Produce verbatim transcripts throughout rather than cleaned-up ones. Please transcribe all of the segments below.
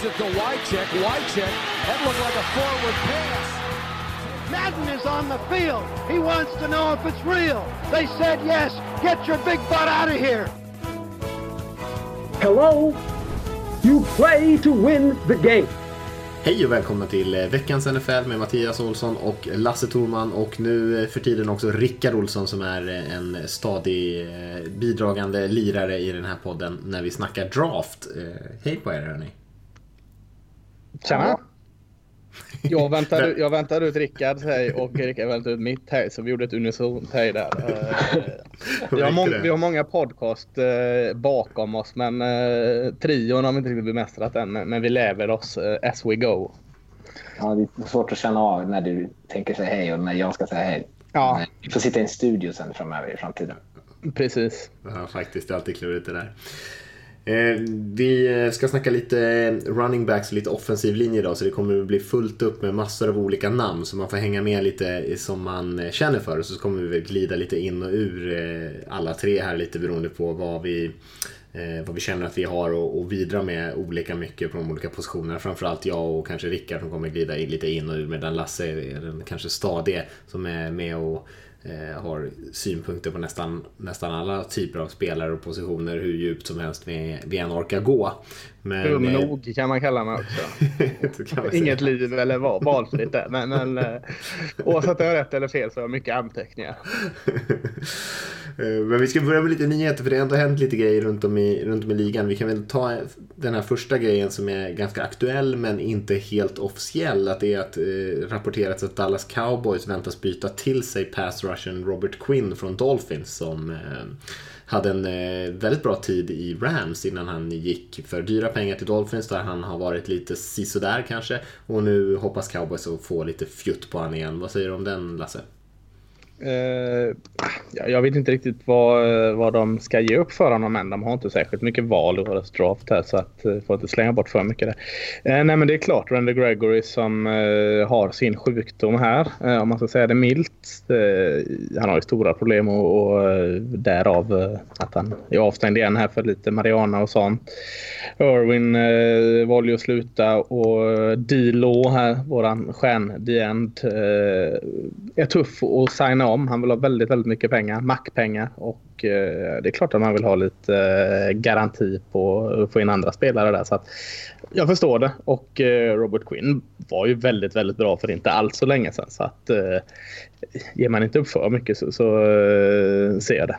Gives it to Wycheck. Wycheck, that looked like a forward pass. Madden is on the field. He wants to know if it's real. They said yes. Get your big butt out of here. Hello. You play to win the game. Hej och välkomna till veckans N F L med Mattias Olsson och Lasse Thorman och nu för tiden också Rickard Olsson som är en stadig bidragande lirare i den här podden när vi snackar draft. Hej på er hörni. Tjena. Jag väntade, jag väntade ut Rickard hej och Rickard väntade ut mitt hej så vi gjorde ett unisont hej där. Vi har, mång, vi har många podcast bakom oss men uh, trion har vi inte riktigt bemästrat än men vi lever oss uh, as we go. Ja, det är svårt att känna av när du tänker säga hej och när jag ska säga hej. Ja. Vi får sitta i en studio sen framöver i framtiden. Precis. Ja, faktiskt, det är alltid klurigt det där. Eh, vi ska snacka lite running backs, lite offensiv linje idag, så det kommer att bli fullt upp med massor av olika namn så man får hänga med lite som man känner för, och så kommer vi väl glida lite in och ur eh, alla tre här lite beroende på vad vi, eh, vad vi känner att vi har och, och vidra med olika mycket på de olika positionerna. Framförallt jag och kanske Rickard som kommer glida in, lite in och ur, medan Lasse är den kanske stadig som är med och Eh, har synpunkter på nästan, nästan alla typer av spelare och positioner hur djupt som helst vi, vi än orkar gå. Men, um, eh, nog kan man kalla mig också. Inget liv eller val, valfritt där. Men, men eh, oavsett om jag har rätt eller fel så har jag mycket anteckningar. Men vi ska börja med lite nyheter för det har ändå hänt lite grejer runt om i, runt om i ligan. Vi kan väl ta den här första grejen som är ganska aktuell men inte helt officiell. Att det är att eh, rapporterats att Dallas Cowboys väntas byta till sig pass rushen Robert Quinn från Dolphins som eh, hade en eh, väldigt bra tid i Rams innan han gick för dyra pengar till Dolphins där han har varit lite sisådär kanske. Och nu hoppas Cowboys att få lite fjutt på han igen. Vad säger du om den, Lasse? Uh, ja, jag vet inte riktigt vad, vad de ska ge upp för honom än. De har inte särskilt mycket val i årets draft här så att uh, får inte slänga bort för mycket där. Uh, nej men det är klart Randy Gregory som uh, har sin sjukdom här uh, om man ska säga det milt. Uh, han har ju stora problem och, och uh, därav uh, att han är avstängd igen här för lite marijuana och sånt. Irwin uh, valde att sluta och D-Law här, våran stjärn The End uh, är tuff att signa om. Han vill ha väldigt, väldigt mycket pengar, mackpengar och eh, det är klart att man vill ha lite eh, garanti på att få in andra spelare där så att jag förstår det och eh, Robert Quinn var ju väldigt, väldigt bra för inte alls så länge sedan så att eh, ger man inte upp för mycket så, så eh, ser jag det.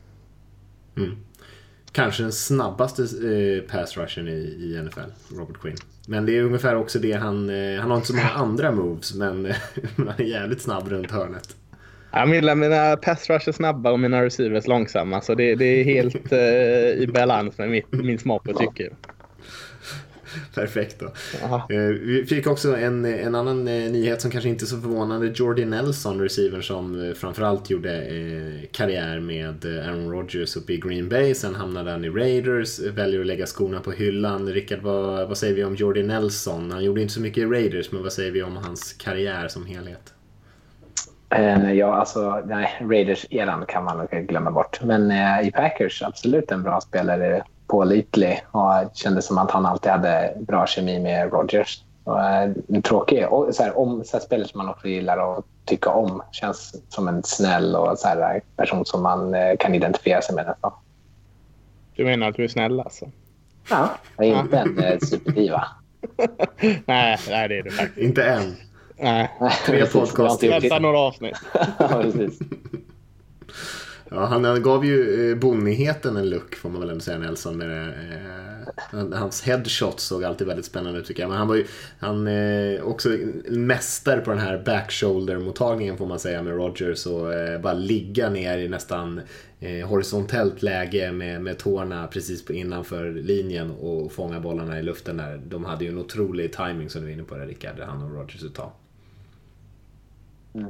Mm. Kanske den snabbaste eh, pass rushen i, i N F L, Robert Quinn. Men det är ungefär också det han, eh, han har inte så många andra moves men han är jävligt snabb runt hörnet. Ja, mina, mina pass rush är snabba och mina receivers långsamma så det, det är helt eh, i balans med mitt, min smak och tycker. Perfekt då. Eh, vi fick också en, en annan eh, nyhet som kanske inte är så förvånande. Jordy Nelson, receiver som eh, framförallt gjorde eh, karriär med eh, Aaron Rodgers uppe i Green Bay. Sen hamnade han i Raiders, väljer att lägga skorna på hyllan. Rickard, vad, vad säger vi om Jordy Nelson? Han gjorde inte så mycket i Raiders, men vad säger vi om hans karriär som helhet? Uh, ja, alltså nej, Raiders-eran kan man glömma bort. Men uh, i Packers absolut en bra spelare, pålitlig och kändes som att han alltid hade bra kemi med Rodgers. Och, uh, tråkig och så här, om så här, spelare som man också gillar att tycka om, känns som en snäll och så här, person som man uh, kan identifiera sig med nästan. Du menar att du är snäll alltså? Ja, jag är inte en uh, superdiva. nej, nej, det är du faktiskt inte än. Nej, tre podcast. Vänta några avsnitt. Ja, precis. Ja, han gav ju bonnigheten en look får man väl ändå säga, Nelson med det. Hans headshot såg alltid väldigt spännande ut tycker jag. Men han var ju han eh, också mästare på den här backshoulder-mottagningen får man säga med Rodgers och eh, bara ligga ner i nästan eh, horisontellt läge med, med tårna precis på innanför linjen och fånga bollarna i luften där. De hade ju en otrolig timing som du är inne på det, Rickard, han och Rodgers uttag. Mm.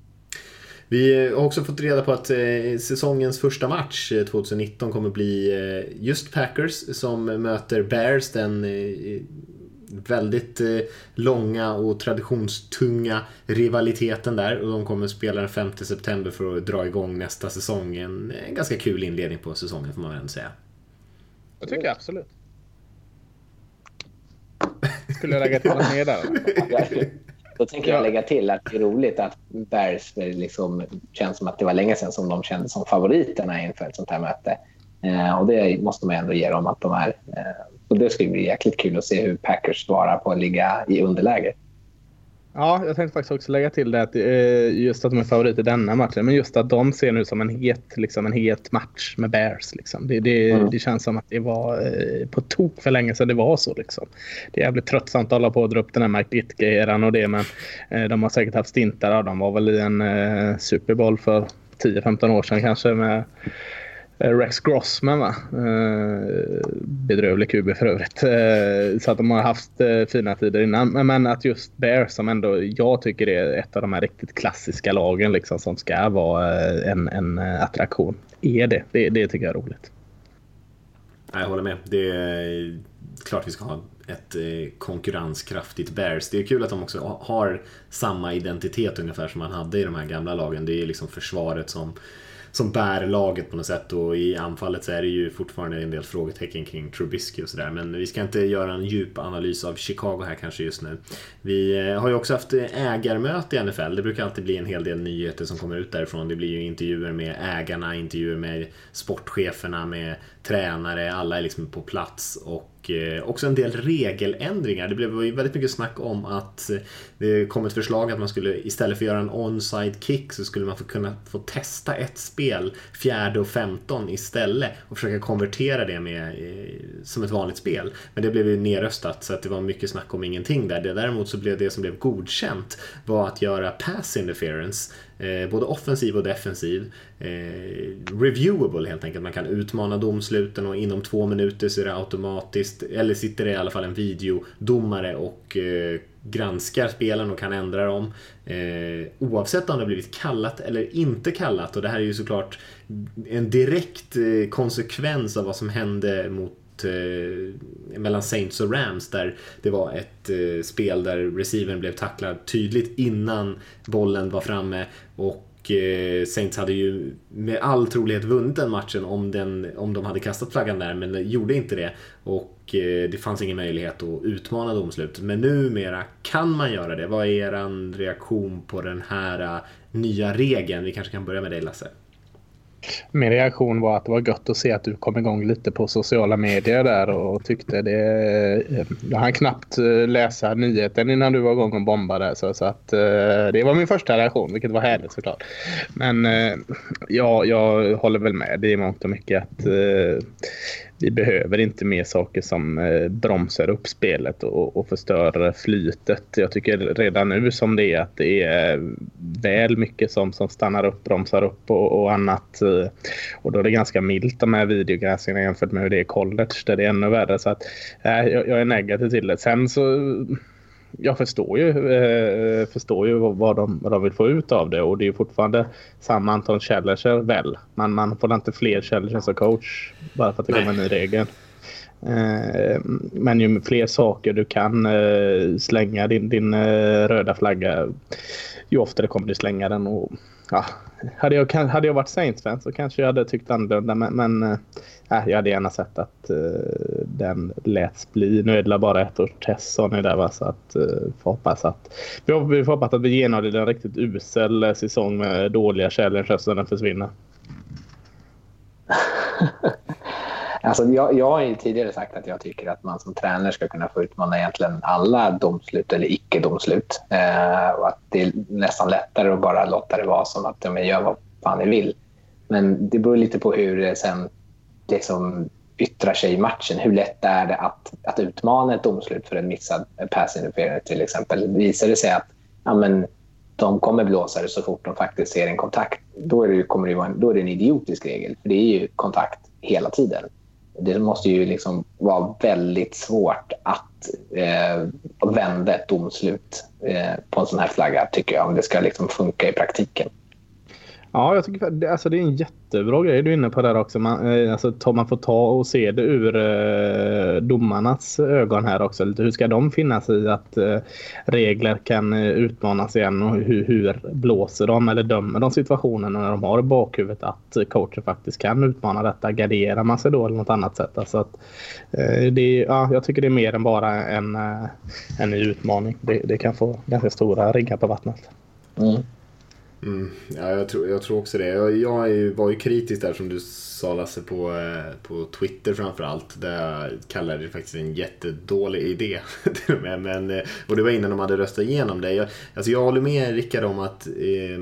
Vi har också fått reda på att eh, säsongens första match eh, tjugonitton kommer bli eh, just Packers som möter Bears, den eh, väldigt eh, långa och traditionstunga rivaliteten där, och de kommer spela den femte september för att dra igång nästa säsong. En, en ganska kul inledning på säsongen får man väl säga. Jag tycker absolut. skulle jag lägga till något mer där. Då tänker jag lägga till att det är roligt att Bears liksom känns som att det var länge sedan som de kände som favoriterna inför ett sånt här möte. Eh, och det måste man ändå ge dem att de är. Eh, och det skulle bli jäkligt kul att se hur Packers svarar på att ligga i underläge. Ja, jag tänkte faktiskt också lägga till det att just att de är favoriter i denna matchen, men just att de ser nu som en het, liksom en het match med Bears. Liksom. Det, det, mm. det känns som att det var på tok för länge sedan det var så. Liksom. Det är jävligt tröttsamt att hålla på att dra upp den här Mike Ditka-eran och det, men eh, de har säkert haft stintar. De var väl i en eh, Super Bowl för tio femton år sedan kanske med Rex Grossman, va? Eh, bedrövlig Q B för övrigt. Eh, så att de har haft eh, fina tider innan. Men, men att just Bears som ändå jag tycker är ett av de här riktigt klassiska lagen liksom, som ska vara eh, en, en attraktion. Är det. det? Det tycker jag är roligt. Jag håller med. Det är klart vi ska ha ett eh, konkurrenskraftigt Bears. Det är kul att de också har samma identitet ungefär som man hade i de här gamla lagen. Det är liksom försvaret som som bär laget på något sätt, och i anfallet så är det ju fortfarande en del frågetecken kring Trubisky och sådär, men vi ska inte göra en djup analys av Chicago här kanske just nu. Vi har ju också haft ägarmöte i N F L, det brukar alltid bli en hel del nyheter som kommer ut därifrån. Det blir ju intervjuer med ägarna, intervjuer med sportcheferna, med tränare, alla är liksom på plats, och också en del regeländringar. Det blev väldigt mycket snack om att det kom ett förslag att man skulle istället för att göra en onside kick så skulle man få kunna få testa ett spel fjärde och femton istället och försöka konvertera det med som ett vanligt spel. Men det blev ju nerröstat så att det var mycket snack om ingenting där. Det däremot så blev det som blev godkänt var att göra pass interference, Eh, både offensiv och defensiv, eh, reviewable helt enkelt. Man kan utmana domsluten och inom två minuter så är det automatiskt, eller sitter det i alla fall en videodomare och eh, granskar spelen och kan ändra dem eh, oavsett om det har blivit kallat eller inte kallat. Och det här är ju såklart en direkt eh, konsekvens av vad som hände mot mellan Saints och Rams, där det var ett eh, spel där receivern blev tacklad tydligt innan bollen var framme, och eh, Saints hade ju med all trolighet vunnit den matchen om, den, om de hade kastat flaggan där, men de gjorde inte det, och eh, det fanns ingen möjlighet att utmana domslutet. Men numera kan man göra det. Vad är er reaktion på den här uh, nya regeln? Vi kanske kan börja med dig, Lasse. Min reaktion var att det var gött att se att du kom igång lite på sociala medier där och tyckte det. Jag hann knappt läsa nyheten innan du var igång och bombade, så, så att det var min första reaktion, vilket var härligt såklart. Men ja, jag håller väl med. Det är mångt och mycket att vi behöver inte mer saker som eh, bromsar upp spelet och, och förstör flytet. Jag tycker redan nu som det är att det är väl mycket som, som stannar upp, bromsar upp och, och annat. Och då är det ganska milt de här videogräsningarna jämfört med hur det är i college där det är ännu värre. Så att eh, jag, jag är negativ till det. Sen så... Jag förstår ju, eh, förstår ju vad, de, vad de vill få ut av det, och det är ju fortfarande samma antal challenger väl. Man, man får inte fler challengers som coach bara för att det kommer en ny regel. Eh, men ju fler saker du kan eh, slänga din, din eh, röda flagga, ju oftare kommer du slänga den. Och, ja, hade, jag, hade jag varit Saints-fan så kanske jag hade tyckt annorlunda, men, men eh, jag hade gärna sett att eh, den läts bli. Nu är det bara ett års test så ni där, va? Så att eh, får hoppas att vi får, vi får hoppas att vi genomlider en riktigt usel säsong med dåliga challenges så den försvinner. Alltså jag, jag har ju tidigare sagt att jag tycker att man som tränare ska kunna få utmana egentligen alla domslut eller icke-domslut. Eh, och att det är nästan lättare att bara låta det vara som att de gör vad fan ni vill. Men det beror lite på hur det sen liksom yttrar sig i matchen. Hur lätt är det att, att utmana ett domslut för en missad pass interference till exempel. Visar det sig att ja, men, de kommer blåsa det så fort de faktiskt ser en kontakt, då är det, kommer det vara en, då är det en idiotisk regel. För det är ju kontakt hela tiden. Det måste ju liksom vara väldigt svårt att eh, vända ett domslut eh, på en sån här flagga, tycker jag, om det ska liksom funka i praktiken. Ja, jag tycker det, alltså det är en jättebra grej du är inne på där också. Man, alltså, tar man får ta och se det ur eh, domarnas ögon här också. Hur ska de finna sig i att eh, regler kan eh, utmanas igen och hur, hur blåser de eller dömer de situationen när de har i bakhuvudet att coachen faktiskt kan utmana detta. Garderar man sig då eller något annat sätt? Alltså att, eh, det, ja, jag tycker det är mer än bara en, eh, en utmaning. Det, det kan få ganska stora ringar på vattnet. Mm. Mm, ja, jag tror, jag tror också det. Jag, jag är ju, var ju kritisk där som du sa, Lasse, på, på Twitter framförallt. Där jag kallade det faktiskt en jättedålig idé. Men, och det var innan de hade röstat igenom det. Jag, alltså jag håller med Rickard om att eh,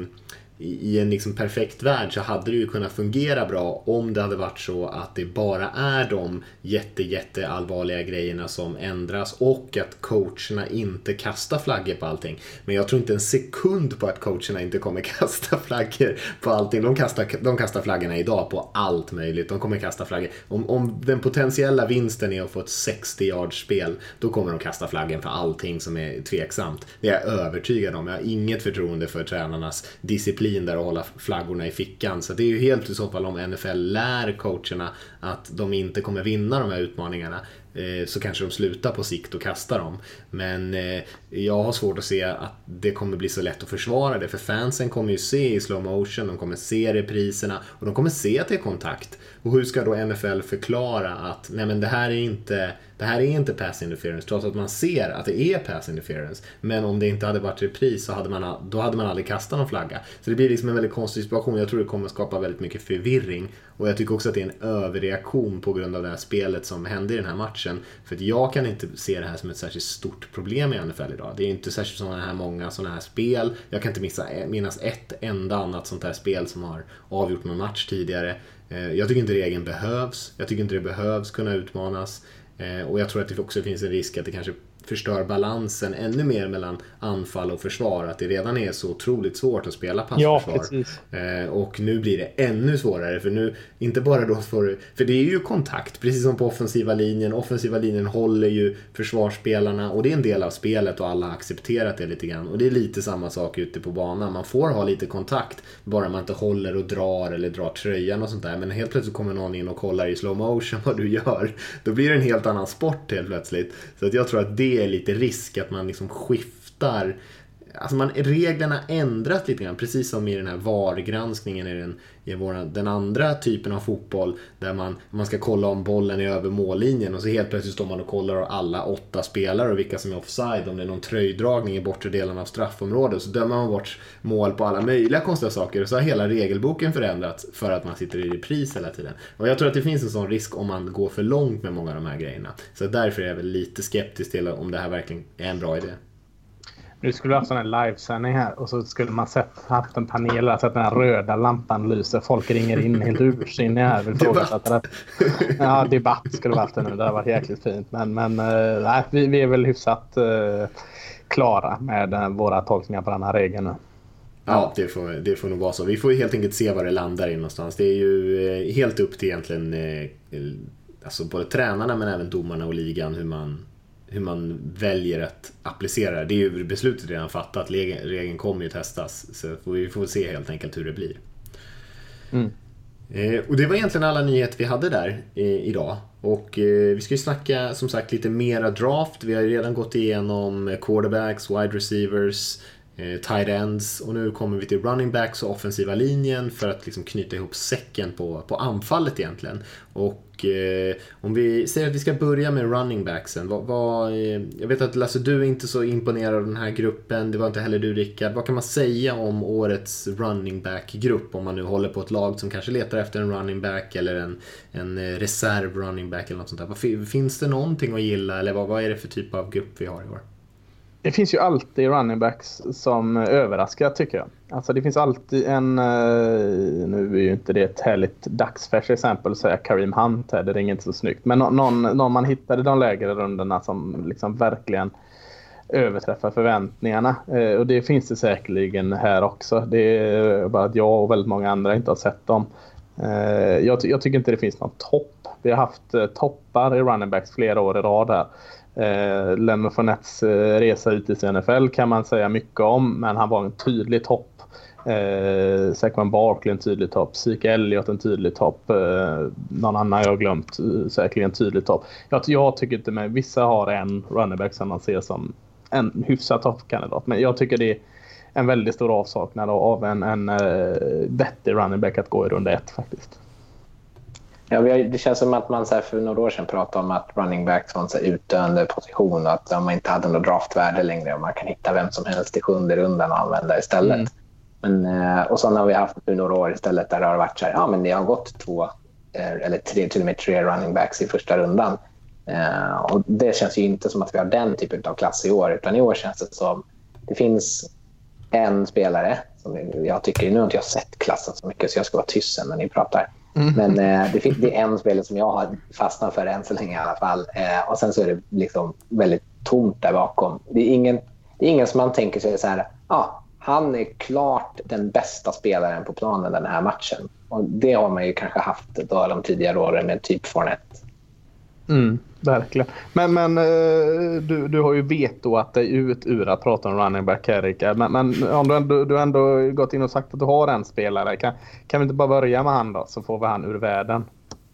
i en liksom perfekt värld så hade det ju kunnat fungera bra om det hade varit så att det bara är de jätte, jätte allvarliga grejerna som ändras och att coacherna inte kastar flaggor på allting. Men jag tror inte en sekund på att coacherna inte kommer kasta flaggor på allting. De kastar, de kastar flaggorna idag på allt möjligt. De kommer kasta flaggor. Om, om den potentiella vinsten är att få ett sextio yards spel, då kommer de kasta flaggen för allting som är tveksamt. Det är jag övertygad om. Jag har inget förtroende för tränarnas disciplin där och hålla flaggorna i fickan. Så det är ju helt i så fall om N F L lär coacherna att de inte kommer vinna de här utmaningarna, eh, så kanske de slutar på sikt och kastar dem. Men eh, jag har svårt att se att det kommer bli så lätt att försvara det, för fansen kommer ju se i slow motion, de kommer se repriserna och de kommer se att det är kontakt. Och hur ska då N F L förklara att nej, men det här är inte det här är inte pass interference, trots att man ser att det är pass interference. Men om det inte hade varit repris så hade man, då hade man aldrig kastat någon flagga. Så det blir liksom en väldigt konstig situation. Jag tror det kommer skapa väldigt mycket förvirring. Och jag tycker också att det är en överreaktion på grund av det här spelet som hände i den här matchen. För att jag kan inte se det här som ett särskilt stort problem i N F L idag. Det är inte särskilt sådana här många sådana här spel. Jag kan inte missa, minnas ett enda annat sånt här spel som har avgjort någon match tidigare. Jag tycker inte regeln behövs. Jag tycker inte det behövs kunna utmanas. Och jag tror att det också finns en risk att det kanske förstör balansen ännu mer mellan anfall och försvar. Att det redan är så otroligt svårt att spela passförsvar. Ja, eh, och nu blir det ännu svårare. För nu, inte bara då för, för det är ju kontakt, precis som på offensiva linjen. Offensiva linjen håller ju försvarsspelarna och det är en del av spelet och alla har accepterat det lite grann. Och det är lite samma sak ute på banan. Man får ha lite kontakt, bara man inte håller och drar eller drar tröjan och sånt där. Men helt plötsligt kommer någon in och kollar i slow motion vad du gör. Då blir det en helt annan sport helt plötsligt. Så att jag tror att det är lite risk att man liksom skiftar, alltså man, reglerna ändras lite grann, precis som i den här V A R-granskningen i den, i våra, den andra typen av fotboll där man, man ska kolla om bollen är över mållinjen och så helt plötsligt står man och kollar alla åtta spelare och vilka som är offside, om det är någon tröjdragning i bortre delen av straffområdet, så dömer man bort mål på alla möjliga konstiga saker och så har hela regelboken förändrats för att man sitter i repris hela tiden. Och jag tror att det finns en sån risk om man går för långt med många av de här grejerna. Så därför är jag väl lite skeptisk till om det här verkligen är en bra idé. Nu skulle vi ha en livesändning här och så skulle man sett, haft en panel där så att den här röda lampan lyser. Folk ringer in helt ursinniga här. Vill fråga ja, debatt skulle vi haft det nu. Det har varit jäkligt fint. Men, men nej, vi, vi är väl hyfsat uh, klara med uh, våra tolkningar på den här regeln nu. Ja, det får, det får nog vara så. Vi får helt enkelt se var det landar in någonstans. Det är ju eh, helt upp till egentligen eh, alltså både tränarna men även domarna och ligan hur man hur man väljer att applicera. Det är ju beslutet redan fattat. Regeln kommer ju testas. Så vi får se helt enkelt hur det blir. Mm. Eh, och det var egentligen alla nyheter vi hade där eh, idag. Och eh, vi ska ju snacka som sagt lite mera draft. Vi har ju redan gått igenom quarterbacks, wide receivers, eh, tight ends. Och nu kommer vi till running backs och offensiva linjen för att liksom knyta ihop säcken på, på anfallet egentligen. Och eh, om vi säger att vi ska börja med running backsen. Vad, vad, eh, jag vet att Lasse, du är inte så imponerad av den här gruppen. Det var inte heller du, Rickard. Vad kan man säga om årets running back-grupp? Om man nu håller på ett lag som kanske letar efter en running back eller en, en reserv running back eller något sånt där. Vad, finns det någonting att gilla eller vad, vad är det för typ av grupp vi har i år? Det finns ju alltid running backs som överraskar tycker jag. Alltså det finns alltid en, nu är ju inte det ett härligt dagsfärskt exempel att säga Kareem Hunt här, det är inte så snyggt. Men någon, någon man hittade i de lägre rundorna som liksom verkligen överträffar förväntningarna. Och det finns det säkerligen här också. Det är bara att jag och väldigt många andra inte har sett dem. Jag, jag tycker inte det finns någon topp. Vi har haft toppar i running backs flera år i rad här. Eh, Leonard Fournettes eh, resa ut i N F L kan man säga mycket om, men han var en tydlig topp Eh, Saquon Barkley en tydlig topp. Zeke Elliott en tydlig topp. Eh, någon annan jag har glömt. Eh, säkerligen en tydlig topp. Jag, jag tycker inte med. Vissa har en running back som man ser som en hyfsat toppkandidat. Men jag tycker det är en väldigt stor avsaknad av en, en uh, vettig running back att gå i runda ett faktiskt. Ja, vi har, det känns som att man så här för några år sedan pratade om att running backs var en så här utdöende position och att man inte hade något draftvärde längre och man kan hitta vem som helst i sjunde rundan och använda istället. Mm. Men, och så har vi haft nu några år istället där det har varit så här, ja men det har gått två eller tre, till och med tre running backs i första rundan. Och det känns ju inte som att vi har den typen av klass i år, utan i år känns det som det finns en spelare som jag tycker, nu har inte jag sett klassen så mycket så jag ska vara tyst när ni pratar. Mm. Men eh, det, finns, det är en spelare som jag har fastnat för än så länge i alla fall. Eh, och sen så är det liksom väldigt tomt där bakom. Det är ingen, det är ingen som man tänker sig så här, ja, ah, han är klart den bästa spelaren på planen den här matchen. Och det har man ju kanske haft då de tidigare åren med typ Fournette. Mm, verkligen. Men, men du, du har ju vetoat dig ut ur att prata om running back här, Rickard. Men, men om du, ändå, du har ändå gått in och sagt att du har en spelare. Kan, kan vi inte bara börja med han då, så får vi han ur världen?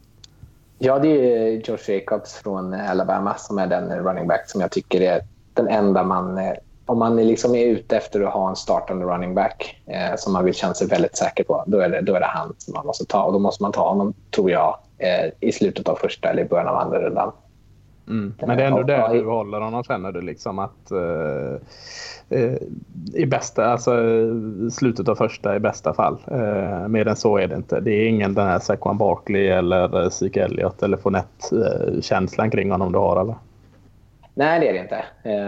Ja, det är Josh Jacobs från Alabama som är den running back som jag tycker är den enda man... Om man liksom är ute efter att ha en startande running back eh, som man vill känna sig väldigt säker på, då är, det, då är det han som man måste ta. Och då måste man ta honom, tror jag, eh, i slutet av första eller i början av andra rundan. Mm. Men det är ändå där du håller honom, känner du liksom att eh, eh, i bästa, alltså slutet av första i bästa fall. Eh, mer än så är det inte. Det är ingen den här Saquon Barkley eller Zeke Elliott eller Fournette-känslan kring honom du har, eller? Nej, det är det inte.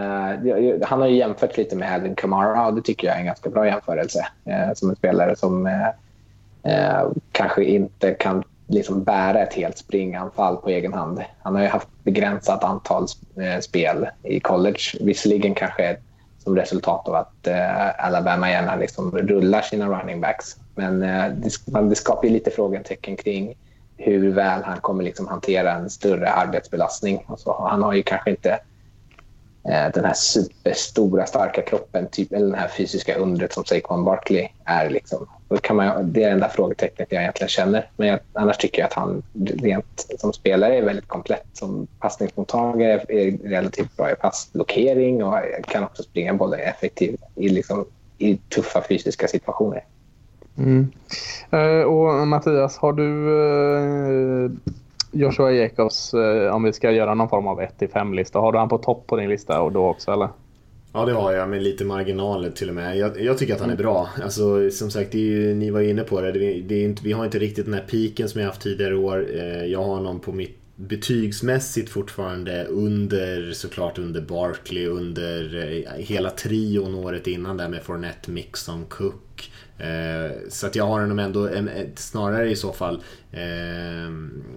Eh, han har ju jämfört lite med Alvin Kamara och det tycker jag är en ganska bra jämförelse. Eh, som en spelare som eh, eh, kanske inte kan liksom bära ett helt springanfall på egen hand. Han har ju haft begränsat antal eh, spel i college. Visserligen kanske som resultat av att eh, Alabama gärna liksom rullar sina running backs. Men eh, det, det skapar ju lite frågetecken kring hur väl han kommer liksom hantera en större arbetsbelastning. Och så. Han har ju kanske inte den här superstora starka kroppen typ, eller den här fysiska undret som Saquon Barkley är liksom. Då kan man, det är det enda frågetecknet jag egentligen känner, men jag, annars tycker jag att han rent som spelare är väldigt komplett. Som passningsmottagare är relativt bra i passblockering och kan också springa bollen effektivt i, liksom, i tuffa fysiska situationer. Mm. Uh, och Mattias, har du uh... Joshua Jacobs, eh, om vi ska göra någon form av ett till fem lista, har du han på topp på din lista och då också, eller? Ja, det har jag, med lite marginaler till och med. Jag, jag tycker att han är bra. Alltså, som sagt, det är ju, ni var inne på det. det, det är inte, vi har inte riktigt den här piken som jag haft tidigare år. Eh, jag har honom på mitt betygsmässigt fortfarande under, såklart under Barkley, under eh, hela trion året innan där med Fournette, Mixon, Cook. Eh, så att jag har honom ändå eh, snarare i så fall eh,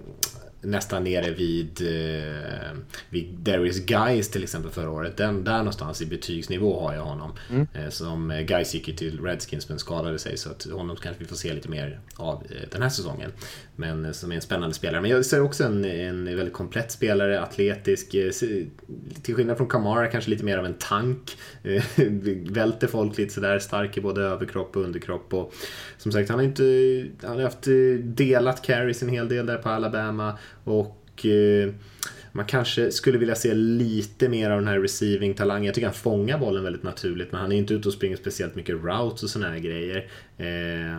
nästan nere vid, eh, vid Darius Guys till exempel förra året. Den, där någonstans i betygsnivå har jag honom. Mm. Eh, som eh, Guys gick ju till Redskins men skadade sig, så att honom kanske vi får se lite mer av eh, den här säsongen. Men eh, som är en spännande spelare. Men jag ser också en, en väldigt komplett spelare, atletisk. Eh, till skillnad från Kamara kanske lite mer av en tank. Eh, välter folk lite sådär, stark i både överkropp och underkropp. Och som sagt, han har inte han har haft delat carries en hel del där på Alabama. Och eh, man kanske skulle vilja se lite mer av den här receiving-talangen. Jag tycker han fångar bollen väldigt naturligt, men han är inte ute och springer speciellt mycket routes och såna här grejer. Eh,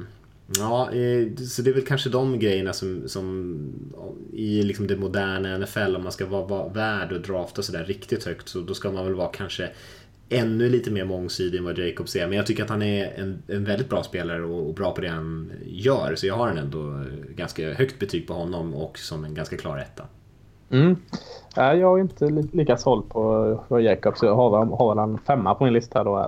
ja, eh, så det är väl kanske de grejerna som, som i liksom det moderna N F L, om man ska vara, vara värd och drafta så där riktigt högt, så då ska man väl vara kanske ännu lite mer mångsidig än vad Jacobs är. Men jag tycker att han är en, en väldigt bra spelare och, och bra på det han gör. Så jag har en ändå ganska högt betyg på honom och som en ganska klar etta. Mm. Jag är inte lika såld på, på Jacobs. Jag har, har han femma på min lista då här.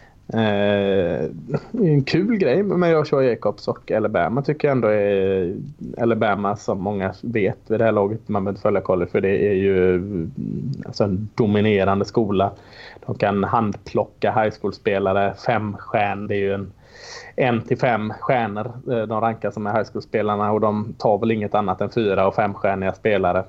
Eh, en kul grej med Joshua Jacobs och Alabama tycker jag ändå är Alabama, som många vet vid det här laget, man behöver följa college, för det är ju alltså en dominerande skola. De kan handplocka high school-spelare, fem stjärn, det är ju en en till fem stjärnor. De rankas som är high school-spelarna och de tar väl inget annat än fyra och femstjärniga spelare.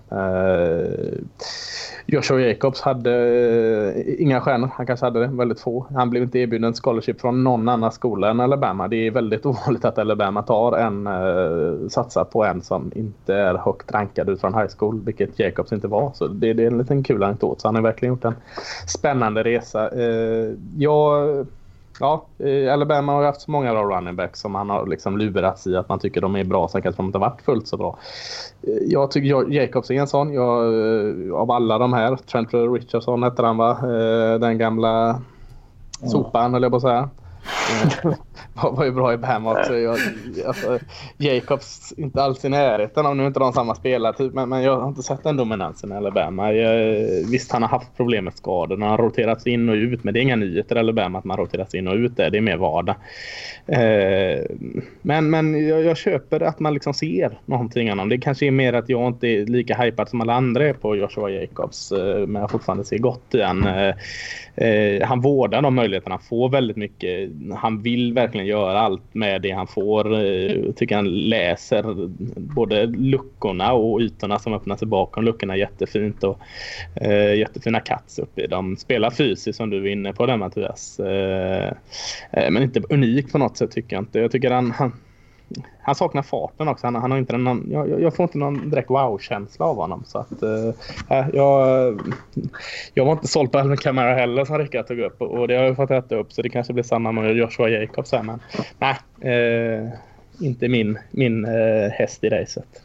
Joshua Jacobs hade inga stjärnor. Han kanske hade det, väldigt få. Han blev inte erbjuden scholarship från någon annan skola än Alabama. Det är väldigt ovanligt att Alabama tar en uh, satsar på en som inte är högt rankad ut från high school, vilket Jacobs inte var. Så det, det är en liten kul anekdot. Så han har verkligen gjort en spännande resa. Uh, jag... Ja, Alabama har haft så många bra running backs som han har liksom lurats i att man tycker de är bra, sen kanske de inte har varit fullt så bra. Jag tycker jag, Jacobs är en sån. Jag, av alla de här, Trent Richardson heter han va? Den gamla sopan, höll jag på att säga. var, var ju bra i Bama också. Jag, alltså, Jacobs inte alls i närheten av nu inte de samma spelartyp, men, men jag har inte sett den dominansen i Alabama. Jag, visst, han har haft problem med skador. Han har roterats in och ut, men det är inga nyheter i Alabama att man roteras in och ut där. Det är mer vardag. Eh, men men jag, jag köper att man liksom ser någonting annat. Det kanske är mer att jag inte är lika hypad som alla andra är på Joshua Jacobs, eh, men jag fortfarande ser gott i han. Eh, eh, han vårdar de möjligheterna. Han får väldigt mycket. Han vill verkligen göra allt med det han får. Jag tycker han läser både luckorna och ytorna som öppnar sig bakom luckorna jättefint och eh, jättefina cuts upp i. De spelar fysiskt som du är inne på där, Mattias. Eh, eh, men inte unik på något sätt tycker jag inte. Jag tycker han, han, han saknar farten också. Han, han har inte någon, jag, jag får inte någon direkt wow-känsla av honom. Så att, eh, jag, jag var inte såld på Alvin Kamara heller som Rickard tog upp. Och det har jag fått äta upp, så det kanske blir samma med Joshua Jacobs här. Men nej, eh, inte min, min eh, häst i racet.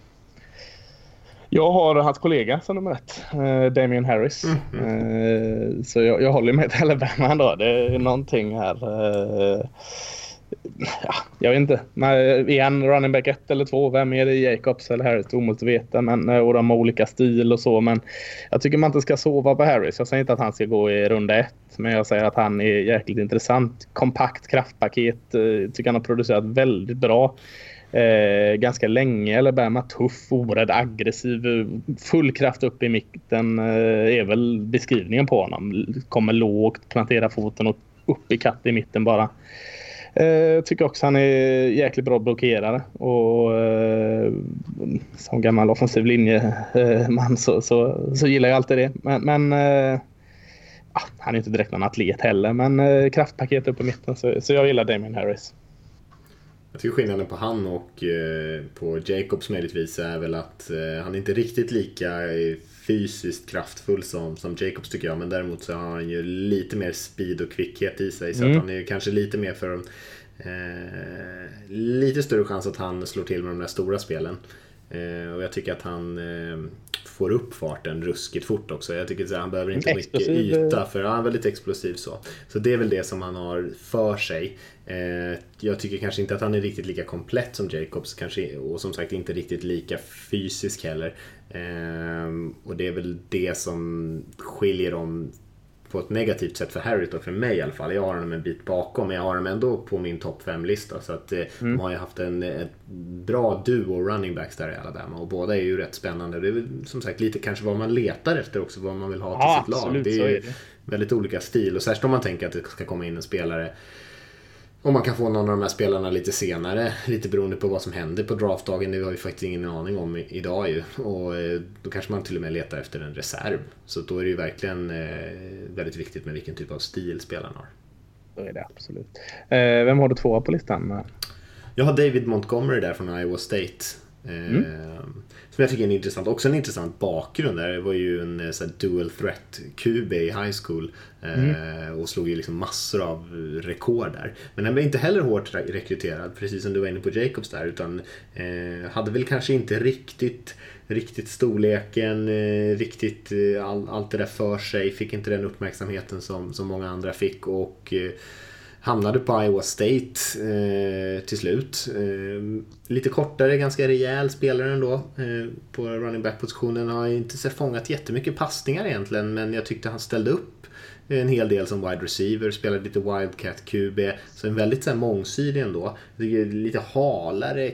Jag har hans kollega som nummer ett, eh, Damien Harris. Mm-hmm. Eh, så jag, jag håller med till Alabama då. Det är någonting här. Eh, ja, jag vet inte. Men igen, running back ett eller två. Vem är det, Jacobs eller Harris? Det är omöjligt att veta. Men, och de har olika stil och så. Men jag tycker man inte ska sova på Harris. Jag säger inte att han ska gå i runda ett. Men jag säger att han är jäkligt intressant. Kompakt kraftpaket. Eh, tycker han har producerat väldigt bra. Eh, ganska länge. Alabama tuff, orädd, aggressiv, full kraft upp i mitten eh, är väl beskrivningen på honom. Kommer lågt, planterar foten och upp i katt i mitten bara. Eh, tycker också han är jäkligt bra blockerare och eh, som gammal offensiv linjeman så, så, så gillar jag alltid det. Men, men eh, ah, han är inte direkt någon atlet heller, men eh, kraftpaket upp i mitten, så, så jag gillar Damien Harris. Jag tycker skillnaden på han och eh, på Jacobs möjligtvis är väl att eh, han är inte riktigt lika fysiskt kraftfull som, som Jacobs tycker jag. Men däremot så har han ju lite mer speed och kvickhet i sig. Så mm. att han är ju kanske lite mer för eh, lite större chans att han slår till med de där stora spelen. Eh, och jag tycker att han eh, får upp farten ruskigt fort också. Jag tycker att han behöver inte explosiv. mycket yta, för han är väldigt explosiv så. Så det är väl det som han har för sig. Eh, jag tycker kanske inte att han är riktigt lika komplett som Jacobs, kanske, och som sagt inte riktigt lika fysisk heller. Eh, och det är väl det som skiljer dem på ett negativt sätt för Harry och för mig i alla fall. Jag har honom en bit bakom, men jag har honom ändå på min topp fem-lista. Så att eh, mm. de har ju haft en ett bra duo running backs där i Alabama. Och båda är ju rätt spännande. Det är väl som sagt lite kanske vad man letar efter också, vad man vill ha till ja, sitt absolut, lag. Det är ju är det. väldigt olika stil. Och särskilt om man tänker att det ska komma in en spelare. Och man kan få någon av de här spelarna lite senare, lite beroende på vad som händer på draftdagen. Det har vi faktiskt ingen aning om idag ju. Och då kanske man till och med letar efter en reserv. Så då är det ju verkligen väldigt viktigt med vilken typ av stil spelarna har. Så är det absolut. Eh, vem har du två på listan? Jag har David Montgomery där från Iowa State. Mm. Som jag tycker är en intressant, också en intressant bakgrund där. Det var ju en så här, dual threat Q B i high school mm. och slog ju liksom massor av rekord där. Men han var inte heller hårt rekryterad, precis som du var inne på Jacobs där, utan eh, hade väl kanske inte riktigt riktigt storleken, eh, riktigt eh, all, allt det där för sig, fick inte den uppmärksamheten som, som många andra fick, och eh, hamnade på Iowa State eh, till slut. Eh, lite kortare, ganska rejäl spelare ändå eh, på running back-positionen. Har inte så fångat jättemycket passningar egentligen, men jag tyckte han ställde upp en hel del som wide receiver, spelade lite wildcat Q B, så en väldigt så här, mångsidig ändå. Lite halare, kvick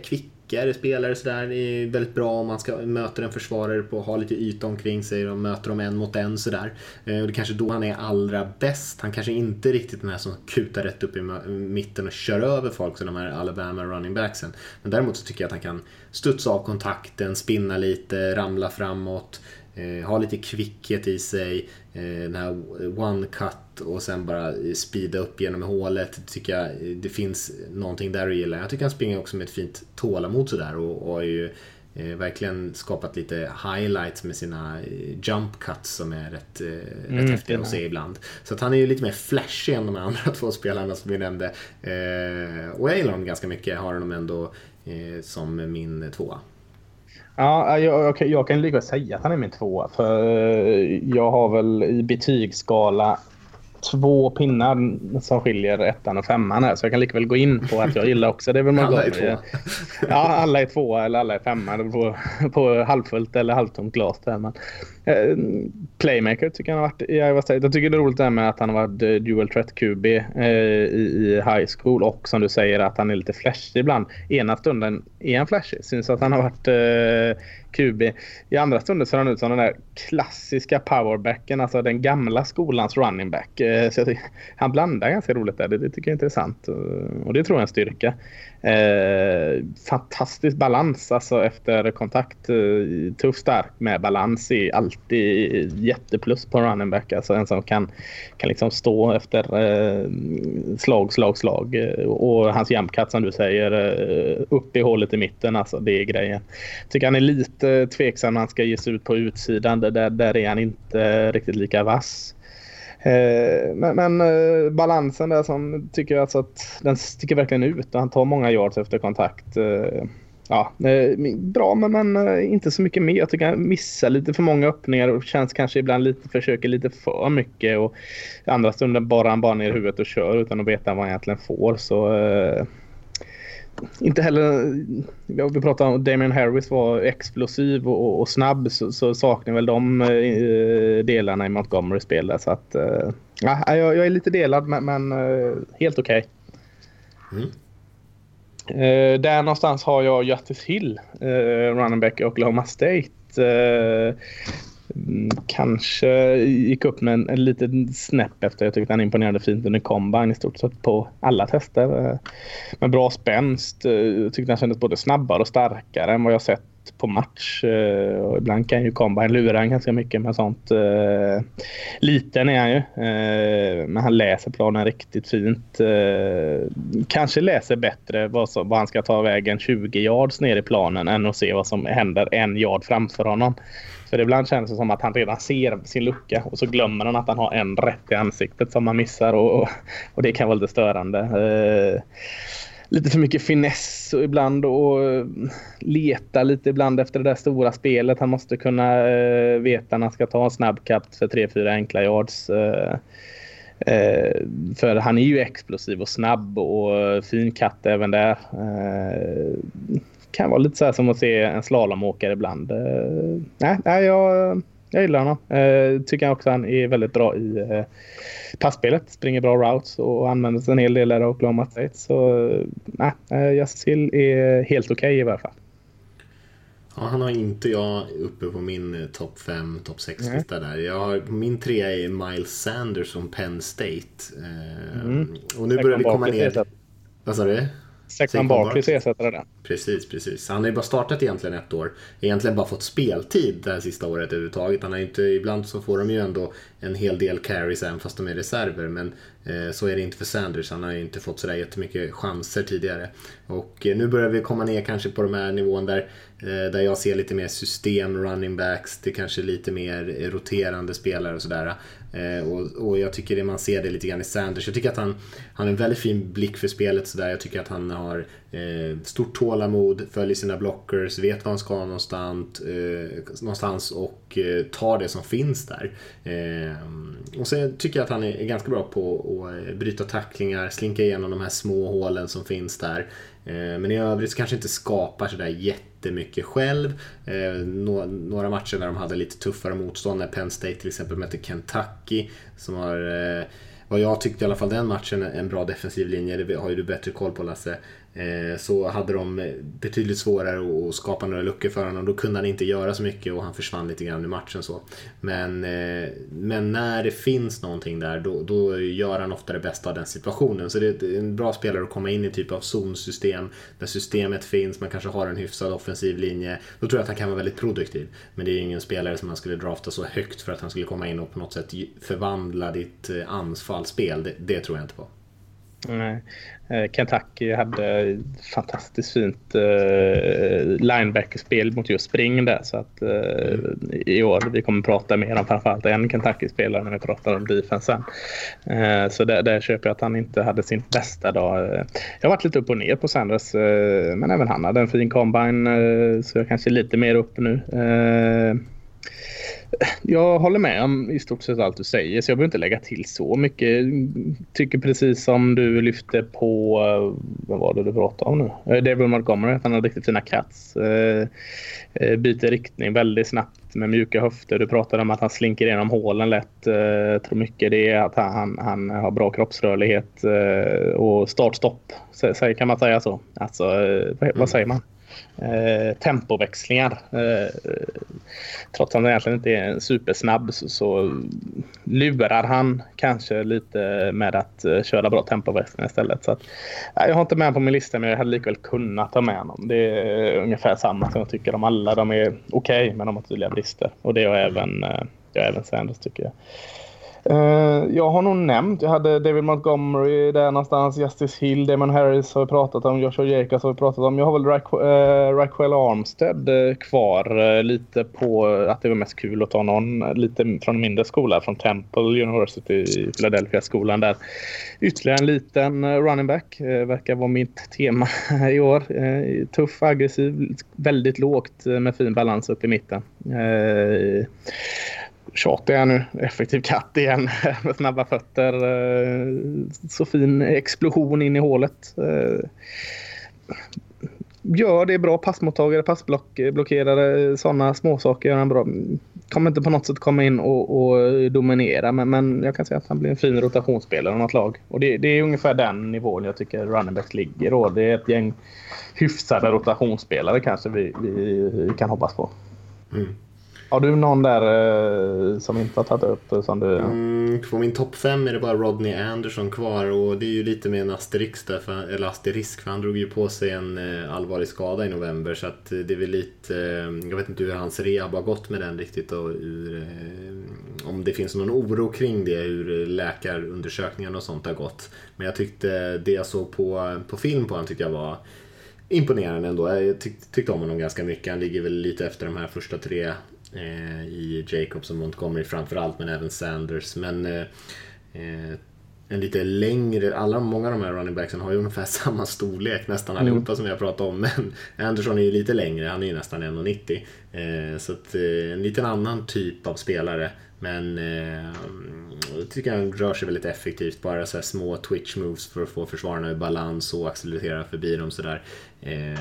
kvickare spelare sådär. Det är väldigt bra om man ska möta en försvarare på ha lite yta omkring sig och möter dem en mot en sådär. Eh, och det kanske då han är allra bäst. Han kanske inte riktigt den här som kutar rätt upp i mitten och kör över folk som de här Alabama running backsen. Men däremot så tycker jag att han kan studsa av kontakten, spinna lite, ramla framåt. Eh, ha lite kvickhet i sig, eh, den här one cut och sen bara speeda upp genom hålet. Tycker jag det finns någonting där att gilla. Jag tycker han springer också med ett fint tålamod sådär och, och har ju eh, verkligen skapat lite highlights med sina jump cuts som är rätt, eh, mm, rätt häftiga att se ibland. Så att han är ju lite mer flashig än de andra två spelarna som vi nämnde. Eh, och jag gillar honom ganska mycket. Jag har honom ändå eh, som min tvåa. Ja, jag, jag, jag kan lika säga att han är min tvåa. För jag har väl i betygsskala två pinnar som skiljer ettan och femman här. Så jag kan lika väl gå in på att jag gillar också. Det är väl man alla är tvåa. Ja, alla är tvåa eller alla är femman. På, på halvfullt eller halvtomt glas där. Men, eh, playmaker tycker jag har varit. Jag, jag tycker det är roligt det med att han har varit dual threat Q B eh, i, i high school. Och som du säger att han är lite flashig ibland. Ena stunden är han flashig. Syns att han har varit eh, Q B. I andra stunden ser han ut som den där klassiska powerbacken. Alltså den gamla skolans running back. Eh, så jag, han blandar ganska roligt där. Det, det tycker jag är intressant. Och det tror jag är en styrka. Eh, fantastisk balans alltså efter kontakt. Eh, tuff stark med balans är alltid jätteplus på running back. Alltså en som kan, kan liksom stå efter eh, slag, slag, slag. Och hans jump cut som du säger eh, upp i hålet i mitten. Alltså det är grejen. Tycker han är lite tveksam när han ska ge sig ut på utsidan. Där, där är han inte riktigt lika vass. Men, men balansen där som tycker jag alltså att den sticker verkligen ut och han tar många yards efter kontakt. Ja, bra men, men inte så mycket mer. Jag tycker han missar lite för många öppningar och känns kanske ibland lite försöker lite för mycket och i andra stunden bara han bara ner i huvudet och kör utan att veta vad han egentligen får så inte heller, vi pratade om Damien Harris var explosiv och, och snabb så, så saknar väl de eh, delarna i Montgomery spel där, så att eh, ja, jag, jag är lite delad men, men eh, helt okej. Okay. Mm. Eh, där någonstans har jag Justice Hill, eh, running back i Oklahoma State. Eh, kanske gick upp med en, en liten snäpp efter. Jag tyckte han imponerade fint under combine i stort sett på alla tester. Med bra spänst. Jag tyckte han kändes både snabbare och starkare än vad jag sett på match. Och ibland kan ju combine lura han ganska mycket med sånt. Liten är han ju. Men han läser planen riktigt fint. Kanske läser bättre vad, som, vad han ska ta vägen tjugo yards ner i planen än att se vad som händer en yard framför honom. För ibland känns det som att han redan ser sin lucka och så glömmer han att han har en rätt i ansiktet som man missar och, och det kan vara lite störande. Eh, lite för mycket finess och ibland och leta lite ibland efter det där stora spelet. Han måste kunna eh, veta när han ska ta en snabb cut för tre fyra enkla yards. Eh, eh, för han är ju explosiv och snabb och fin cut även där. Eh, kan vara lite så här som att se en slalomåkare ibland. Uh, nej, nej, jag, jag gillar honom. Uh, tycker också han är väldigt bra i uh, passspelet. Springer bra routes och använder en hel del där av Oklahoma State. Så uh, nej, uh, Justice Hill är helt okej okay i varje fall. Ja, han har inte jag uppe på min topp fem, topp sex lista där. Jag har, min trea är Miles Sanders från Penn State. Uh, mm. Och nu börjar vi komma ner... Vad sa du? Saquon Barkley ersätter den. Precis, precis. Han har ju bara startat egentligen ett år. Egentligen bara fått speltid det här sista året överhuvudtaget. Han har inte, ibland så får de ju ändå en hel del carries även fast de är reserver. Men eh, så är det inte för Sanders. Han har ju inte fått sådär jättemycket chanser tidigare. Och eh, nu börjar vi komma ner kanske på de här nivån där, eh, där jag ser lite mer system, running backs. Det är kanske lite mer roterande spelare och sådär. Eh, och, och jag tycker det man ser det lite grann i Sanders. Jag tycker att han, han har en väldigt fin blick för spelet sådär. Jag tycker att han har eh, stort tålamod, följer sina blockers, vet vad han ska någonstans, eh, någonstans och eh, tar det som finns där. Eh, och sen tycker jag att han är, är ganska bra på att bryta tacklingar, slinka igenom de här små hålen som finns där. Eh, men i övrigt så kanske inte skapar sådär jättemycket själv. Eh, några, några matcher där de hade lite tuffare motstånd, när Penn State till exempel mötte Kentucky som har... Eh, vad jag tyckte i alla fall den matchen, en bra defensiv linje, det har ju du bättre koll på, Lasse. eh, så hade de betydligt svårare att skapa några luckor för honom, och då kunde han inte göra så mycket och han försvann lite grann i matchen så. Men, eh, men när det finns någonting där, då, då gör han ofta det bästa av den situationen. Så det är en bra spelare att komma in i en typ av zonsystem där systemet finns, man kanske har en hyfsad offensiv linje, då tror jag att han kan vara väldigt produktiv. Men det är ingen spelare som man skulle drafta så högt för att han skulle komma in och på något sätt förvandla ditt anfallsspel. Det, det tror jag inte på. Nej. Kentucky hade fantastiskt fint uh, linebacker-spel mot just spring där, så att uh, mm. i år vi kommer prata mer om framförallt en Kentucky-spelare när vi pratar om defensen. Uh, så där, där köper jag att han inte hade sin bästa dag. Uh, jag har varit lite upp och ner på Sanders, uh, men även han hade en fin combine, uh, så jag kanske är lite mer upp nu. Uh, Jag håller med om i stort sett allt du säger, så jag behöver inte lägga till så mycket. Tycker precis som du lyfte på, vad var det du pratade om nu? David Montgomery, att han har riktigt fina cuts. Byter riktning väldigt snabbt med mjuka höfter. Du pratade om att han slinker igenom hålen lätt. Jag tror mycket det är att han, han har bra kroppsrörlighet och start-stopp, kan man säga så. Alltså, vad säger man? Eh, tempoväxlingar, eh, trots att han egentligen inte är supersnabb, så, så lurar han kanske lite med att eh, köra bra tempoväxlingar istället. Så att, eh, jag har inte med på min lista, men jag hade likväl kunnat ta med honom. Det är ungefär samma som jag tycker om alla. De är okej, okay, men de har tydliga brister, och det är även, eh, det är även Sanders, tycker jag. Uh, jag har nog nämnt, jag hade David Montgomery där någonstans, Justice Hill, Damon Harris har vi pratat om, Joshua Jacobs har vi pratat om. Jag har väl Rack, uh, Raquel Armstead uh, kvar, uh, lite på att det var mest kul att ta någon lite från mindre skola, från Temple University i Philadelphia-skolan där. Ytterligare en liten uh, running back, uh, verkar vara mitt tema i år. Uh, tuff, aggressiv, väldigt lågt uh, med fin balans upp i mitten. Uh, Tjatig är nu, effektiv katt igen med snabba fötter, så fin explosion in i hålet. Gör det bra, passmottagare, passblockerare, sådana småsaker gör han bra. Kommer inte på något sätt komma in och, och dominera, men, men jag kan säga att han blir en fin rotationsspelare av något lag. Och det, det är ungefär den nivån jag tycker running backs ligger då. Det är ett gäng hyfsade rotationsspelare kanske vi, vi kan hoppas på. Mm. Har du någon där eh, som inte har tagit upp som du... Mm, på min topp fem är det bara Rodney Anderson kvar, och det är ju lite med en asterisk där, för, eller asterisk, för han drog ju på sig en eh, allvarlig skada i november, så att det är väl lite, eh, jag vet inte hur hans rehab har gått med den riktigt, och hur, eh, om det finns någon oro kring det, hur läkarundersökningarna och sånt har gått. Men jag tyckte det jag såg på, på film på han tyckte jag var imponerande ändå. Jag tyck, tyckte om honom ganska mycket. Han ligger väl lite efter de här första tre i Jacobs och Montgomery framförallt, men även Sanders. Men eh, en lite längre, alla många av de här running backsen har ju ungefär samma storlek nästan allihopa mm. som jag pratat om, men Anderson är ju lite längre, han är ju nästan en komma nittio, eh, så att, eh, en liten annan typ av spelare, men eh, jag tycker han rör sig väldigt effektivt, bara så här små twitch moves för att få försvararna i balans och accelerera förbi dem sådär. Eh,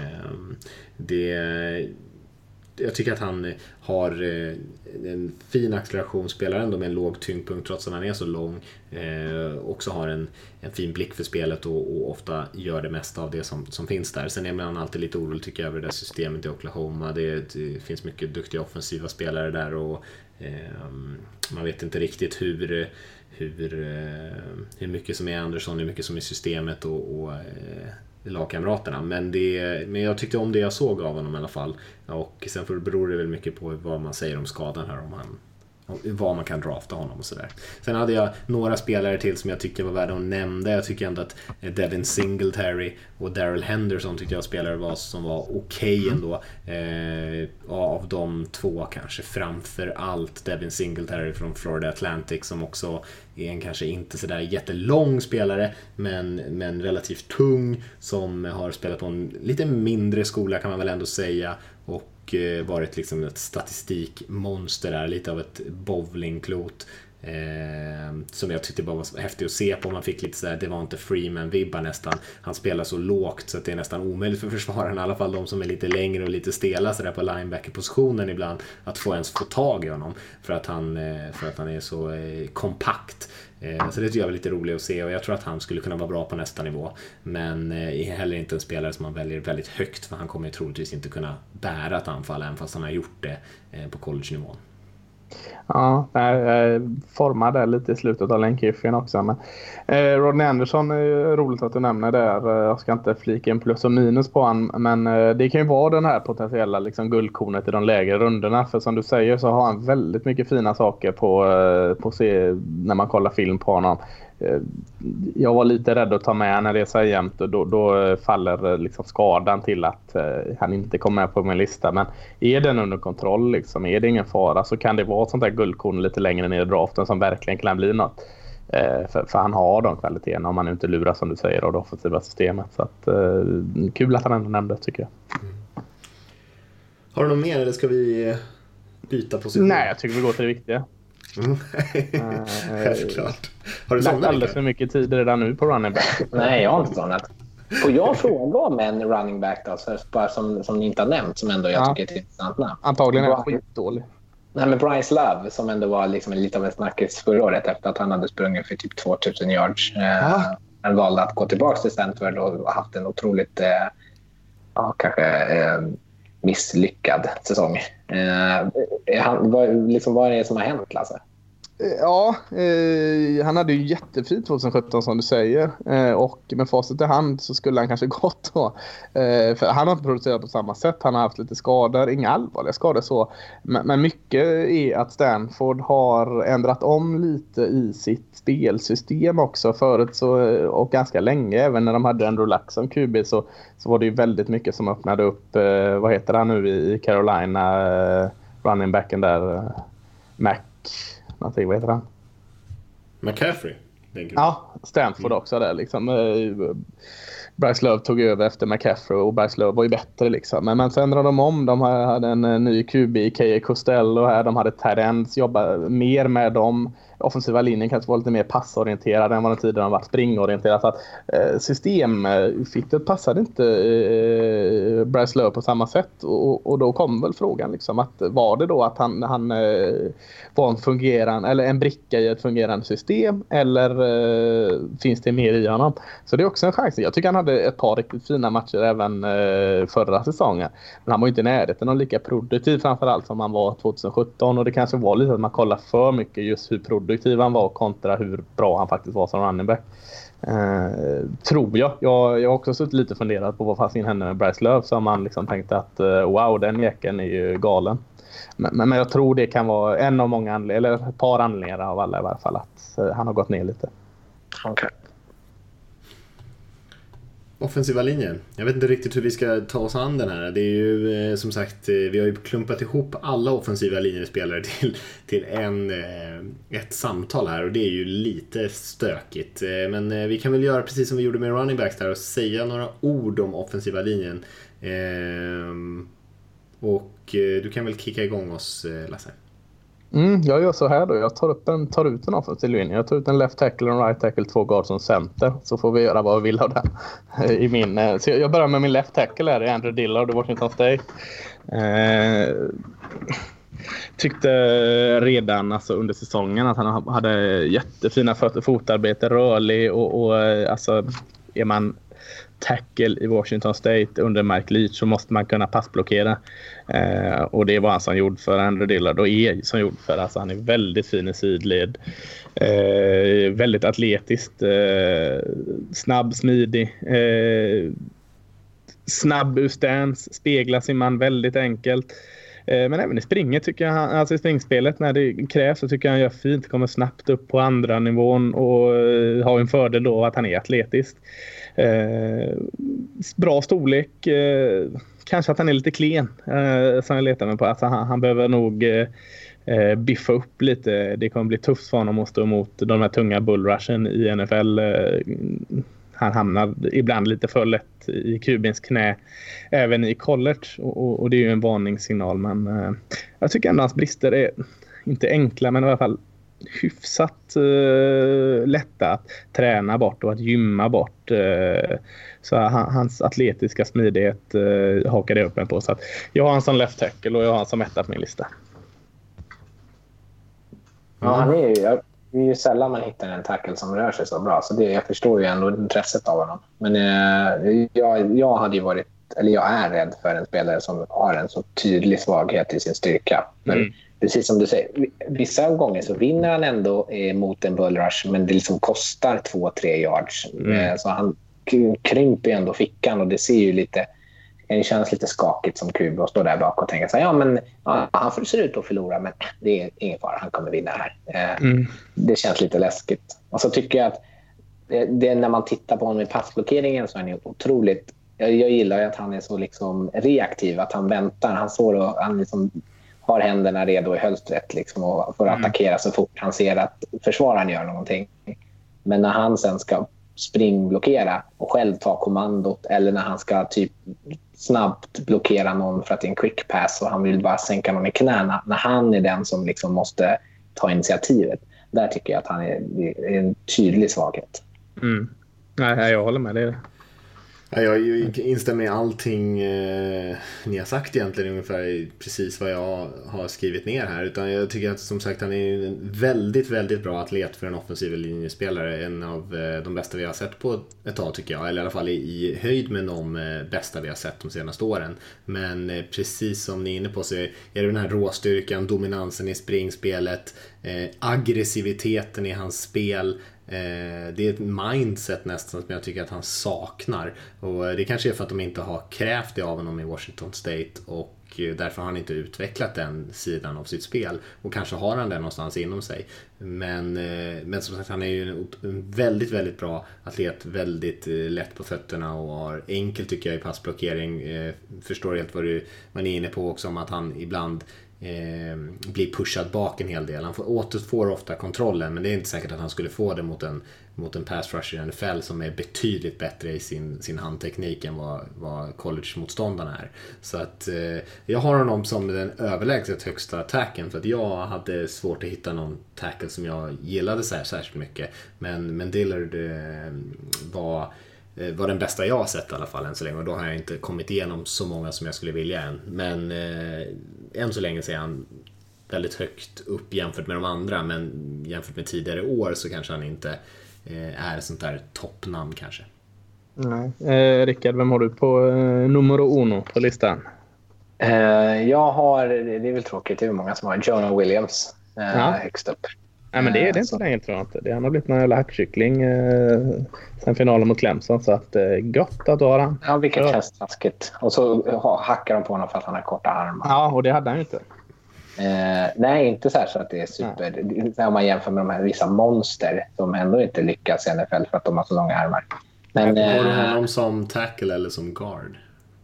det Jag tycker att han har en fin acceleration, spelar ändå med en låg tyngdpunkt trots att han är så lång. Eh, också har en, en fin blick för spelet och, och ofta gör det mesta av det som, som finns där. Sen är man alltid lite orolig tycker jag över det där systemet i Oklahoma. Det, det finns mycket duktiga offensiva spelare där, och eh, man vet inte riktigt hur, hur, hur mycket som är Anderson, hur mycket som är systemet och, och eh, lagkamraterna, men, det, men jag tyckte om det jag såg av honom i alla fall, och sen för beror det väl mycket på vad man säger om skadan här, om han, vad man kan drafta honom och sådär. Sen hade jag några spelare till som jag tyckte var värda att nämna. Jag tycker ändå att Devin Singletary och Darrell Henderson tyckte jag spelare var som var okej okay ändå. Eh, av de två kanske framför allt Devin Singletary från Florida Atlantic, som också är en kanske inte sådär jättelång spelare, men, men relativt tung, som har spelat på en lite mindre skola kan man väl ändå säga, och varit liksom ett statistikmonster där, lite av ett bowlingklot. Eh, som jag tyckte bara var häftigt att se på. Man fick lite så här, det var inte Freeman-vibbar nästan. Han spelar så lågt så att det är nästan omöjligt för försvararna, i alla fall de som är lite längre och lite stela så där på linebacker-positionen ibland, att få ens få tag i honom för att han, eh, för att han är så eh, kompakt. Eh, så det tycker jag var lite roligt att se, och jag tror att han skulle kunna vara bra på nästa nivå, men eh, heller inte en spelare som man väljer väldigt högt, för han kommer ju troligtvis inte kunna bära ett anfall även fast han har gjort det eh, på college-nivån. Ja, jag formade lite i slutet av Lane Kiffin också. Men, eh, Rodney Anderson är roligt att du nämner där. Jag ska inte flika in plus och minus på han, men eh, det kan ju vara den här potentiella liksom, guldkornet i de lägre rundorna. För som du säger så har han väldigt mycket fina saker på, eh, på se, när man kollar film på honom. Eh, jag var lite rädd att ta med när det är så här jämnt, och då, då faller liksom skadan till att eh, han inte kommer med på min lista. Men är den under kontroll, liksom, är det ingen fara, så kan det vara ett sånt där guldkorn lite längre ner i draften som verkligen kan bli något. Eh, för, för han har de kvaliteterna om man inte lurar, som du säger, av det offensiva systemet. Så att, eh, kul att han ändå nämnde, tycker jag. Mm. Har du något mer, eller ska vi byta position? Nej, jag tycker vi går till det viktiga. Mm. Självklart. Har du lagt alldeles för mycket tid redan nu på running back? Nej, jag har inte sånt. Och jag frågar om en running back då, så bara som, som ni inte har nämnt, som ändå jag ja. tycker är ett intressant namn. Antagligen är han skitdålig. Nej, men Bryce Love, som ändå var liksom lite av en snackis förra året efter att han hade sprungit för typ tvåtusen yards. Ja. Eh, han valde att gå tillbaka till Stanford och haft en otroligt eh, ja, kanske eh, misslyckad säsong. Eh, han, vad, liksom, vad är det som har hänt, Lasse? Ja, eh, han hade ju jättefint tjugosjutton som du säger, eh, och med facit i hand så skulle han kanske gått då. Eh, för han har inte producerat på samma sätt, han har haft lite skador, inga allvarliga skador så, men, men mycket är att Stanford har ändrat om lite i sitt spelsystem också förut så, och ganska länge, även när de hade Andrew Luck som Q B så, så var det ju väldigt mycket som öppnade upp, eh, vad heter han nu i Carolina, eh, running backen där, eh, Mac någonting, vad heter han? McCaffrey. Ja, Stanford mm. också där liksom. Bryce Love tog över efter McCaffrey och Bryce Love var ju bättre liksom. Men, men sen ändrade de om. De hade en ny Q B, K A Costello här. De hade tight ends, jobbade mer med dem. Offensiva linjen kanske var lite mer passorienterad än vad den tiden har varit springorienterad. Så att eh, systemfittet passade inte eh, Bryce Love på samma sätt. Och, och då kom väl frågan liksom att var det då att han, han eh, var en fungerande eller en bricka i ett fungerande system, eller eh, finns det mer i honom? Så det är också en chans. Jag tycker han hade ett par riktigt fina matcher även eh, förra säsongen. Men han var inte i närheten och lika produktiv framförallt som han var tjugosjutton, och det kanske var lite att man kollar för mycket just hur produktiv han var kontra hur bra han faktiskt var som running back. Eh, tror jag. jag. Jag har också suttit lite funderat på vad fanns in henne med Bryce Love, som man liksom tänkte att uh, wow, den jäkeln är ju galen. Men, men, men jag tror det kan vara en av många anledningar, eller ett par anledningar av alla i varje fall, att uh, han har gått ner lite. Okej. Okay. Offensiva linjen. Jag vet inte riktigt hur vi ska ta oss an den här. Det är ju eh, som sagt, eh, vi har ju klumpat ihop alla offensiva linjespelare till, till en, eh, ett samtal här, och det är ju lite stökigt. Eh, men eh, vi kan väl göra precis som vi gjorde med running backs där och säga några ord om offensiva linjen. Eh, och eh, du kan väl kicka igång oss, eh, Lasse. Mm, jag gör så här då. Jag tar, upp en, tar ut en offensiv linje. Jag tar ut en left tackle, en right tackle, två guards som center. Så får vi göra vad vi vill av den. I min, så jag börjar med min left tackle här, Andrew Dillard, Washington State. Eh, tyckte redan alltså, under säsongen att han hade jättefina fötter, fotarbete, rörlig och, och alltså är man tackle i Washington State under Mike Leach så måste man kunna passblockera. Eh, och det var han som gjorde för Andrew Dillard och är som gjorde för. Alltså, han är väldigt fin i sidled. Eh, väldigt atletiskt. Eh, snabb, smidig. Eh, snabb ur stance. Speglar sin man väldigt enkelt. Eh, men även i springet tycker jag han, alltså i springspelet när det krävs så tycker jag han gör fint. Kommer snabbt upp på andra nivån och eh, har en fördel då att han är atletisk. Eh, bra storlek, eh, kanske att han är lite klen eh, som jag letar mig på. Alltså, han, han behöver nog eh, biffa upp lite. Det kommer bli tufft för honom att stå emot de här tunga bullrushen i N F L. Eh, han hamnar ibland lite för lätt i Q B:ns knä även i college och, och, och det är ju en varningssignal, men eh, jag tycker ändå hans brister är inte enkla men i alla fall hyfsat uh, lätta att träna bort och att gymma bort. Uh, så han, hans atletiska smidighet uh, hakade jag upp mig på. Så att jag har han som left tackle och jag har han som etta på min lista. Ja, han är ju, det är ju sällan man hittar en tackle som rör sig så bra. Så det, jag förstår ju ändå intresset av honom. Men uh, jag, jag hade ju varit, eller jag är rädd för en spelare som har en så tydlig svaghet i sin styrka. Men mm. precis som du säger, vissa gånger så vinner han ändå eh, mot en bull rush, men det liksom kostar två tre yards. Mm. Eh, så han krymper ändå fickan och det ser ju lite, det känns lite skakigt som Q B och står där bak och tänker så här, ja men ja, han får se ut att förlora, men det är ingen fara, han kommer vinna här. Eh, mm. Det känns lite läskigt. Och så tycker jag att det, det, när man tittar på honom i passblockeringen så är han otroligt. Jag, jag gillar ju att han är så liksom reaktiv, att han väntar, han står och han liksom har händerna redo i hölstret liksom, och får mm. attackera så fort han ser att försvararen gör någonting. Men när han sen ska springblockera och själv ta kommandot, eller när han ska typ snabbt blockera någon för att det är en quick pass och han vill bara sänka någon i knäna, när han är den som liksom måste ta initiativet, där tycker jag att han är, är en tydlig svaghet. Mm. Nej, jag håller med dig. Jag instämmer i allting eh, ni har sagt egentligen, ungefär precis vad jag har skrivit ner här. Utan jag tycker att som sagt han är en väldigt, väldigt bra atlet för en offensiv linjespelare. En av eh, de bästa vi har sett på ett tag tycker jag. Eller i alla fall i, i höjd med de eh, bästa vi har sett de senaste åren. Men eh, precis som ni är inne på så är det den här råstyrkan, dominansen i springspelet, eh, aggressiviteten i hans spel. Det är ett mindset nästan som jag tycker att han saknar, och det kanske är för att de inte har krävt det av honom i Washington State och därför har han inte utvecklat den sidan av sitt spel, och kanske har han den någonstans inom sig, men, men som sagt han är ju en väldigt väldigt bra atlet, väldigt lätt på fötterna och har enkelt tycker jag i passblockering. Förstår helt vad du man är inne på också, om att han ibland Eh, blir pushad bak en hel del. Han får, återfår ofta kontrollen, men det är inte säkert att han skulle få det mot en, mot en pass rusher i N F L som är betydligt bättre i sin, sin handteknik än vad, vad college-motståndarna är. Så att eh, jag har honom som den överlägset högsta tacken, för att jag hade svårt att hitta någon tackle som jag gillade så här särskilt mycket, men, men Dillard eh, var var den bästa jag har sett i alla fall än så länge, och då har jag inte kommit igenom så många som jag skulle vilja än, men eh, än så länge så är han väldigt högt upp jämfört med de andra, men jämfört med tidigare år så kanske han inte eh, är sånt där toppnamn kanske. Nej. Eh, Rickard, vem har du på eh, numero uno på listan? Eh, jag har, det är väl tråkigt, det är många som har Jonah Williams eh, ja. högst upp. Nej, men det är det inte så länge tror jag inte. Det, han har blivit någon jävla hackkyckling eh, sen finalen mot Clemson, så att eh, gott att du har han. Ja, vilket känns taskigt. Och så ha, hackar de på honom för att han har korta armar. Ja, och det hade han ju inte. Eh, nej, inte så här så att det är super. Ja. Om man jämför med de här vissa monster som ändå inte lyckas i N F L för att de har så långa armar. Men, har du honom som tackle eller som guard?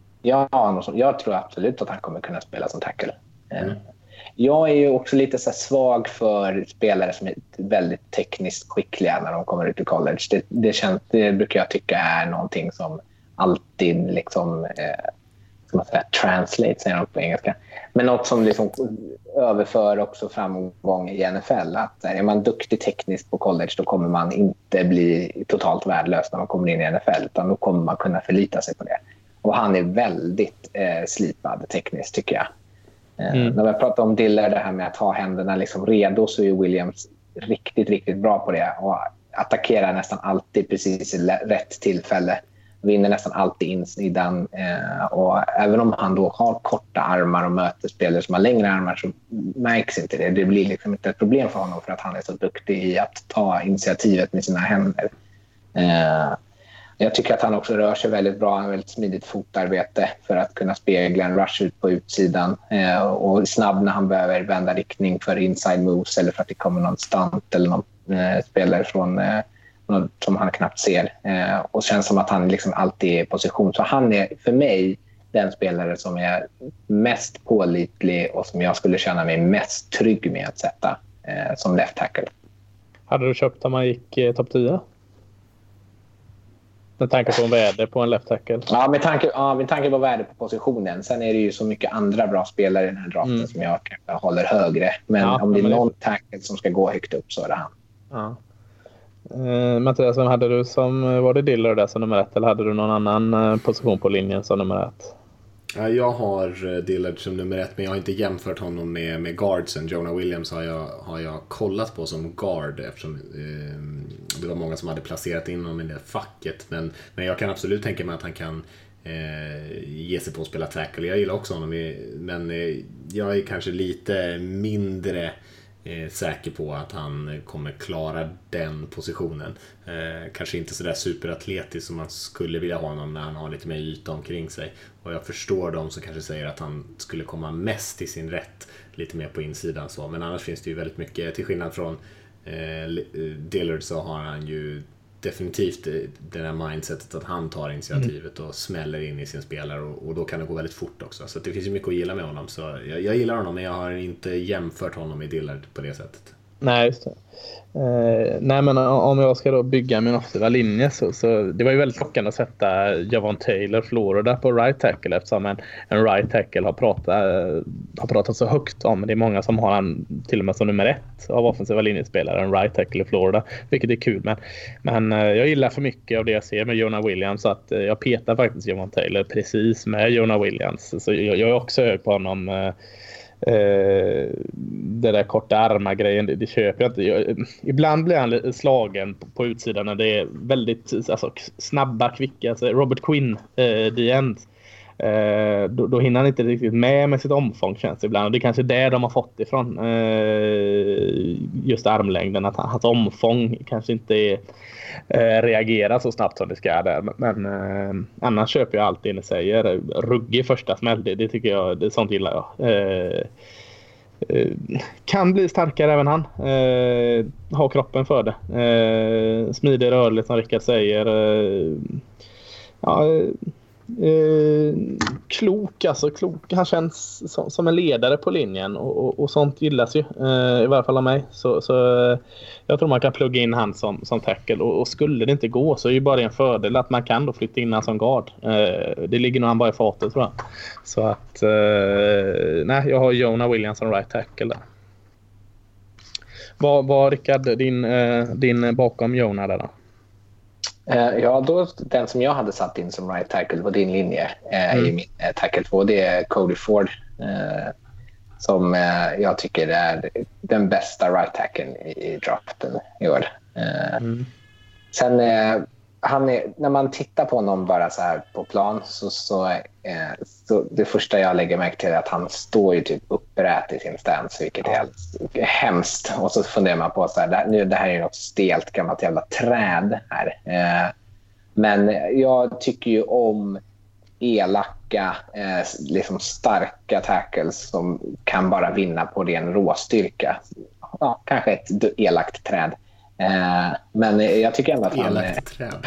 Ja, jag tror absolut att han kommer kunna spela som tackle. Eh, mm. Jag är ju också lite så här svag för spelare som är väldigt tekniskt skickliga när de kommer ut i college. Det, det, känns, det brukar jag tycka är någonting som alltid liksom, eh, som man säger, translate säger de på engelska. Men något som liksom överför också framgång i N F L. Att är man duktig tekniskt på college, då kommer man inte bli totalt värdelös när man kommer in i N F L, utan då kommer man kunna förlita sig på det. Och han är väldigt eh, slipad tekniskt tycker jag. Mm. När vi pratar om Diller, det här med att ha händerna liksom redo, så är Williams riktigt, riktigt bra på det och attackerar nästan alltid precis i rätt tillfälle. Vinner nästan alltid insidan, och även om han då har korta armar och möter spelare som har längre armar så märks inte det. Det blir liksom inte ett problem för honom för att han är så duktig i att ta initiativet med sina händer. Jag tycker att han också rör sig väldigt bra. Han har väldigt smidigt fotarbete för att kunna spegla en rush ut på utsidan. Eh, och snabb när han behöver vända riktning för inside moves eller för att det kommer någon stunt eller någon eh, spelare från, eh, någon som han knappt ser. Eh, och känns som att han liksom alltid är i position. Så han är för mig den spelare som är mest pålitlig och som jag skulle känna mig mest trygg med att sätta eh, som left tackle. Hade du köpt om man gick eh, topp tio? Med tanke på värde på en left tackle. Ja, med tanke, ja, med tanke på värde på positionen. Sen är det ju så mycket andra bra spelare i den här draften mm. som jag kanske håller högre. Men ja, om det är någon tackle som ska gå högt upp så är det han. Ja. Uh, Mattias, vem hade du som, var det Dillard där som nummer ett eller hade du någon annan uh, position på linjen som nummer ett? Ja, jag har Dillard som nummer ett, men jag har inte jämfört honom med, med guardsen. Jonah Williams har jag, har jag kollat på som guard eftersom eh, det var många som hade placerat in honom i det facket. Men, men jag kan absolut tänka mig att han kan eh, ge sig på att spela tackle. Jag gillar också honom, i, men eh, jag är kanske lite mindre Eh, säker på att han kommer klara den positionen. Eh, kanske inte sådär superatletisk som man skulle vilja ha honom när han har lite mer yta omkring sig. Och jag förstår dem som kanske säger att han skulle komma mest i sin rätt lite mer på insidan så. Men annars finns det ju väldigt mycket, till skillnad från eh, Dillard så har han ju definitivt det där mindsetet att han tar initiativet och smäller in i sin spelare och, och då kan det gå väldigt fort också. Så det finns ju mycket att gilla med honom. Så jag, jag gillar honom, men jag har inte jämfört honom med Dillard på det sättet. Nej, just det. Eh, nej, men om jag ska då bygga min offensiva linje så, så det var ju väldigt lockande att sätta Javon Taylor, Florida på right tackle eftersom en, en right tackle har pratat, har pratat så högt om. Det är många som har han till och med som nummer ett av offensiva linjespelare, en right tackle i Florida, vilket är kul. Men, men jag gillar för mycket av det jag ser med Jonah Williams så att jag petar faktiskt Javon Taylor precis med Jonah Williams. Så jag, jag är också hög på honom. Eh, Eh, det där korta armar grejen det, det köper jag inte. Jag, ibland blir han slagen på, på utsidan när det är väldigt alltså, snabba, kvicka. Alltså Robert Quinn, eh, the end. Eh, då, då hinner han inte riktigt med med sitt omfång känns det ibland. Och det är kanske det de har fått ifrån. Eh, just armlängden. Att hans omfång kanske inte är, eh, reagerar så snabbt som det ska där. Men eh, annars köper jag alltid när säger ruggig första smäll. Det, det tycker jag, det, sånt gillar jag. Eh, eh, kan bli starkare även han. Eh, har kroppen för det. Eh, smidig rörligt som Rickard säger. Eh, ja... Eh, klok alltså klok. Han känns som, som en ledare på linjen och, och, och sånt gillas ju eh, i varje fall av mig så, så eh, jag tror man kan plugga in han som, som tackle och, och skulle det inte gå så är ju bara en fördel att man kan då flytta in han som guard. Eh, det ligger nog han bara i fatet tror jag. Så att eh, nej, jag har Jonah Williams som right tackle där. Vad var Rickard din, eh, din bakom Jonah där då? Ja, då, den som jag hade satt in som right tackle på din linje eh, mm. i min eh, tackle två, det är Cody Ford eh, som eh, jag tycker är den bästa right tacklen i, i draften i år. Eh, mm. Sen eh, han är, när man tittar på honom bara så här på plan så, så, eh, så det första jag lägger märke till är att han står ju typ upprätt i sin stance, vilket är helt hemskt. Och så funderar man på så här, det, nu, det här är ju något stelt gammalt jävla träd här. Eh, men jag tycker ju om elaka, eh, liksom starka tackles som kan bara vinna på ren råstyrka. Ja, kanske ett elakt träd. Eh, men jag tycker ändå att han är... träd.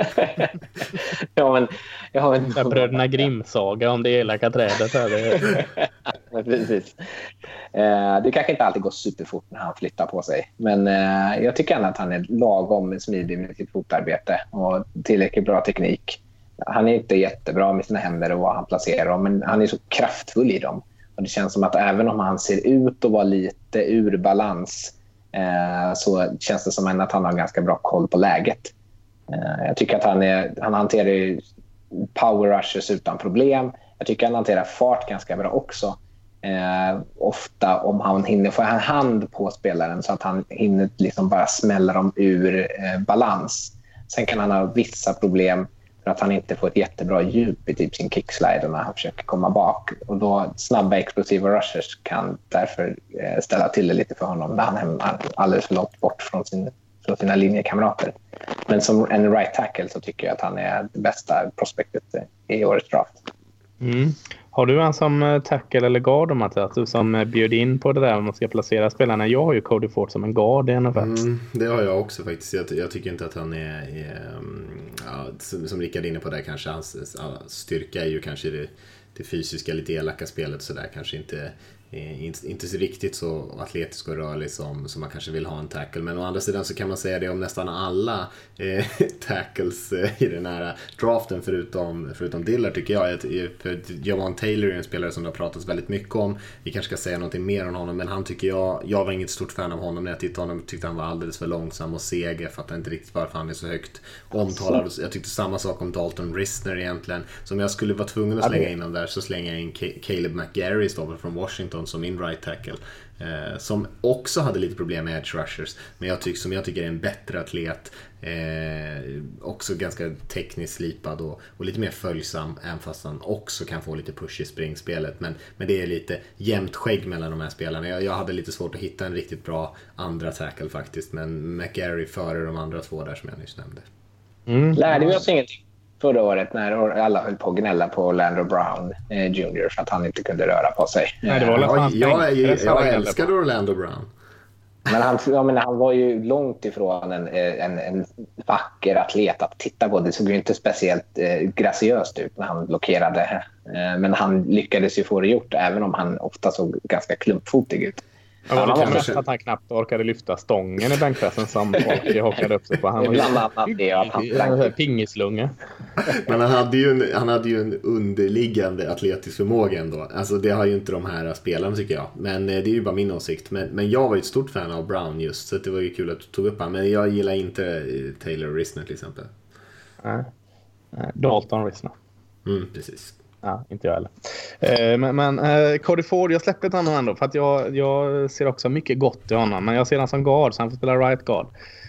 ja, men... Jag har en... Bröderna Grimm-saga om det elaka trädet. Här. Precis. Eh, det kanske inte alltid går superfort när han flyttar på sig. Men eh, jag tycker ändå att han är lagom smidig med sitt fotarbete och tillräckligt bra teknik. Han är inte jättebra med sina händer och vad han placerar dem, men han är så kraftfull i dem. Och det känns som att även om han ser ut att vara lite ur balans eh, så känns det som att han har ganska bra koll på läget. Eh, jag tycker att han, är, han hanterar power rushes utan problem. Jag tycker han hanterar fart ganska bra också. Eh, ofta om han hinner få en hand på spelaren så att han hinner liksom bara smälla dem ur eh, balans. Sen kan han ha vissa problem för att han inte får ett jättebra djup i typ sin kickslide när han försöker komma bak. Och då snabba explosiva rushers kan därför eh, ställa till det lite för honom när han är alldeles för långt bort från, sin, från sina linjekamrater. Men som en right tackle så tycker jag att han är det bästa prospektet i årets draft. Mm. Har du en som tackle eller guard om att du som bjöd in på det där om man ska placera spelarna? Jag har ju Cody Ford som en guard i N F L. Mm, det har jag också faktiskt. Jag, jag tycker inte att han är, är ja, som, som Rickard är inne på där kanske hans styrka är ju kanske det, det fysiska, lite elaka spelet så där kanske inte eh, inte så riktigt så atletisk och rörlig som, som man kanske vill ha en tackle. Men å andra sidan så kan man säga det om nästan alla eh, tackles eh, i den här draften förutom, förutom Dillard tycker jag. För Javon Taylor är en spelare som det har pratats väldigt mycket om. Vi kanske ska säga någonting mer om honom, men han tycker jag, jag var inget stort fan av honom när jag tittade honom, tyckte han var alldeles för långsam och seg. Jag fattar inte riktigt varför han är så högt omtalad. Jag tyckte samma sak om Dalton Risner egentligen. Som jag skulle vara tvungen att slänga in där, så slänger jag in Caleb McGarry från Washington som in right tackle. Eh, som också hade lite problem med edge rushers, men jag tycker, som jag tycker är en bättre atlet, eh, också ganska tekniskt slipad och, och lite mer följsam, även fast han också kan få lite push i springspelet, men, men det är lite jämnt skägg mellan de här spelarna. Jag, jag hade lite svårt att hitta en riktigt bra andra tackle faktiskt, men McGarry före de andra två där som jag nyss nämnde. Mm. Lärde vi oss ingenting förra året när alla höll på att gnälla på Orlando Brown eh, junior för att han inte kunde röra på sig? Nej, det var ja, jag, jag, jag älskade Orlando Brown. Men han, jag menar, han var ju långt ifrån en, en, en vacker atlet att titta på. Det såg ju inte speciellt eh, graciöst ut när han blockerade. Eh, men han lyckades ju få det gjort, även om han ofta såg ganska klumpfotig ut. Ja, var det kanske att han knappt orkade lyfta stången i bänkpressen som folk hockade upp sig på. Han var bland annat det att han drank pingislunga. Men han hade, ju en, han hade ju en underliggande atletisk förmåga ändå. Alltså det har ju inte de här spelarna tycker jag. Men det är ju bara min åsikt. Men, men jag var ju ett stort fan av Brown just, så det var ju kul att du tog upp han. Men jag gillar inte Taylor Risner till exempel. Nej, Dalton Risner. Mm, precis. Ja, inte jag heller. Eh, men men eh, Cody Ford, jag släpper honom ändå för att jag, jag ser också mycket gott i honom. Men jag ser honom som guard, så han får spela right guard.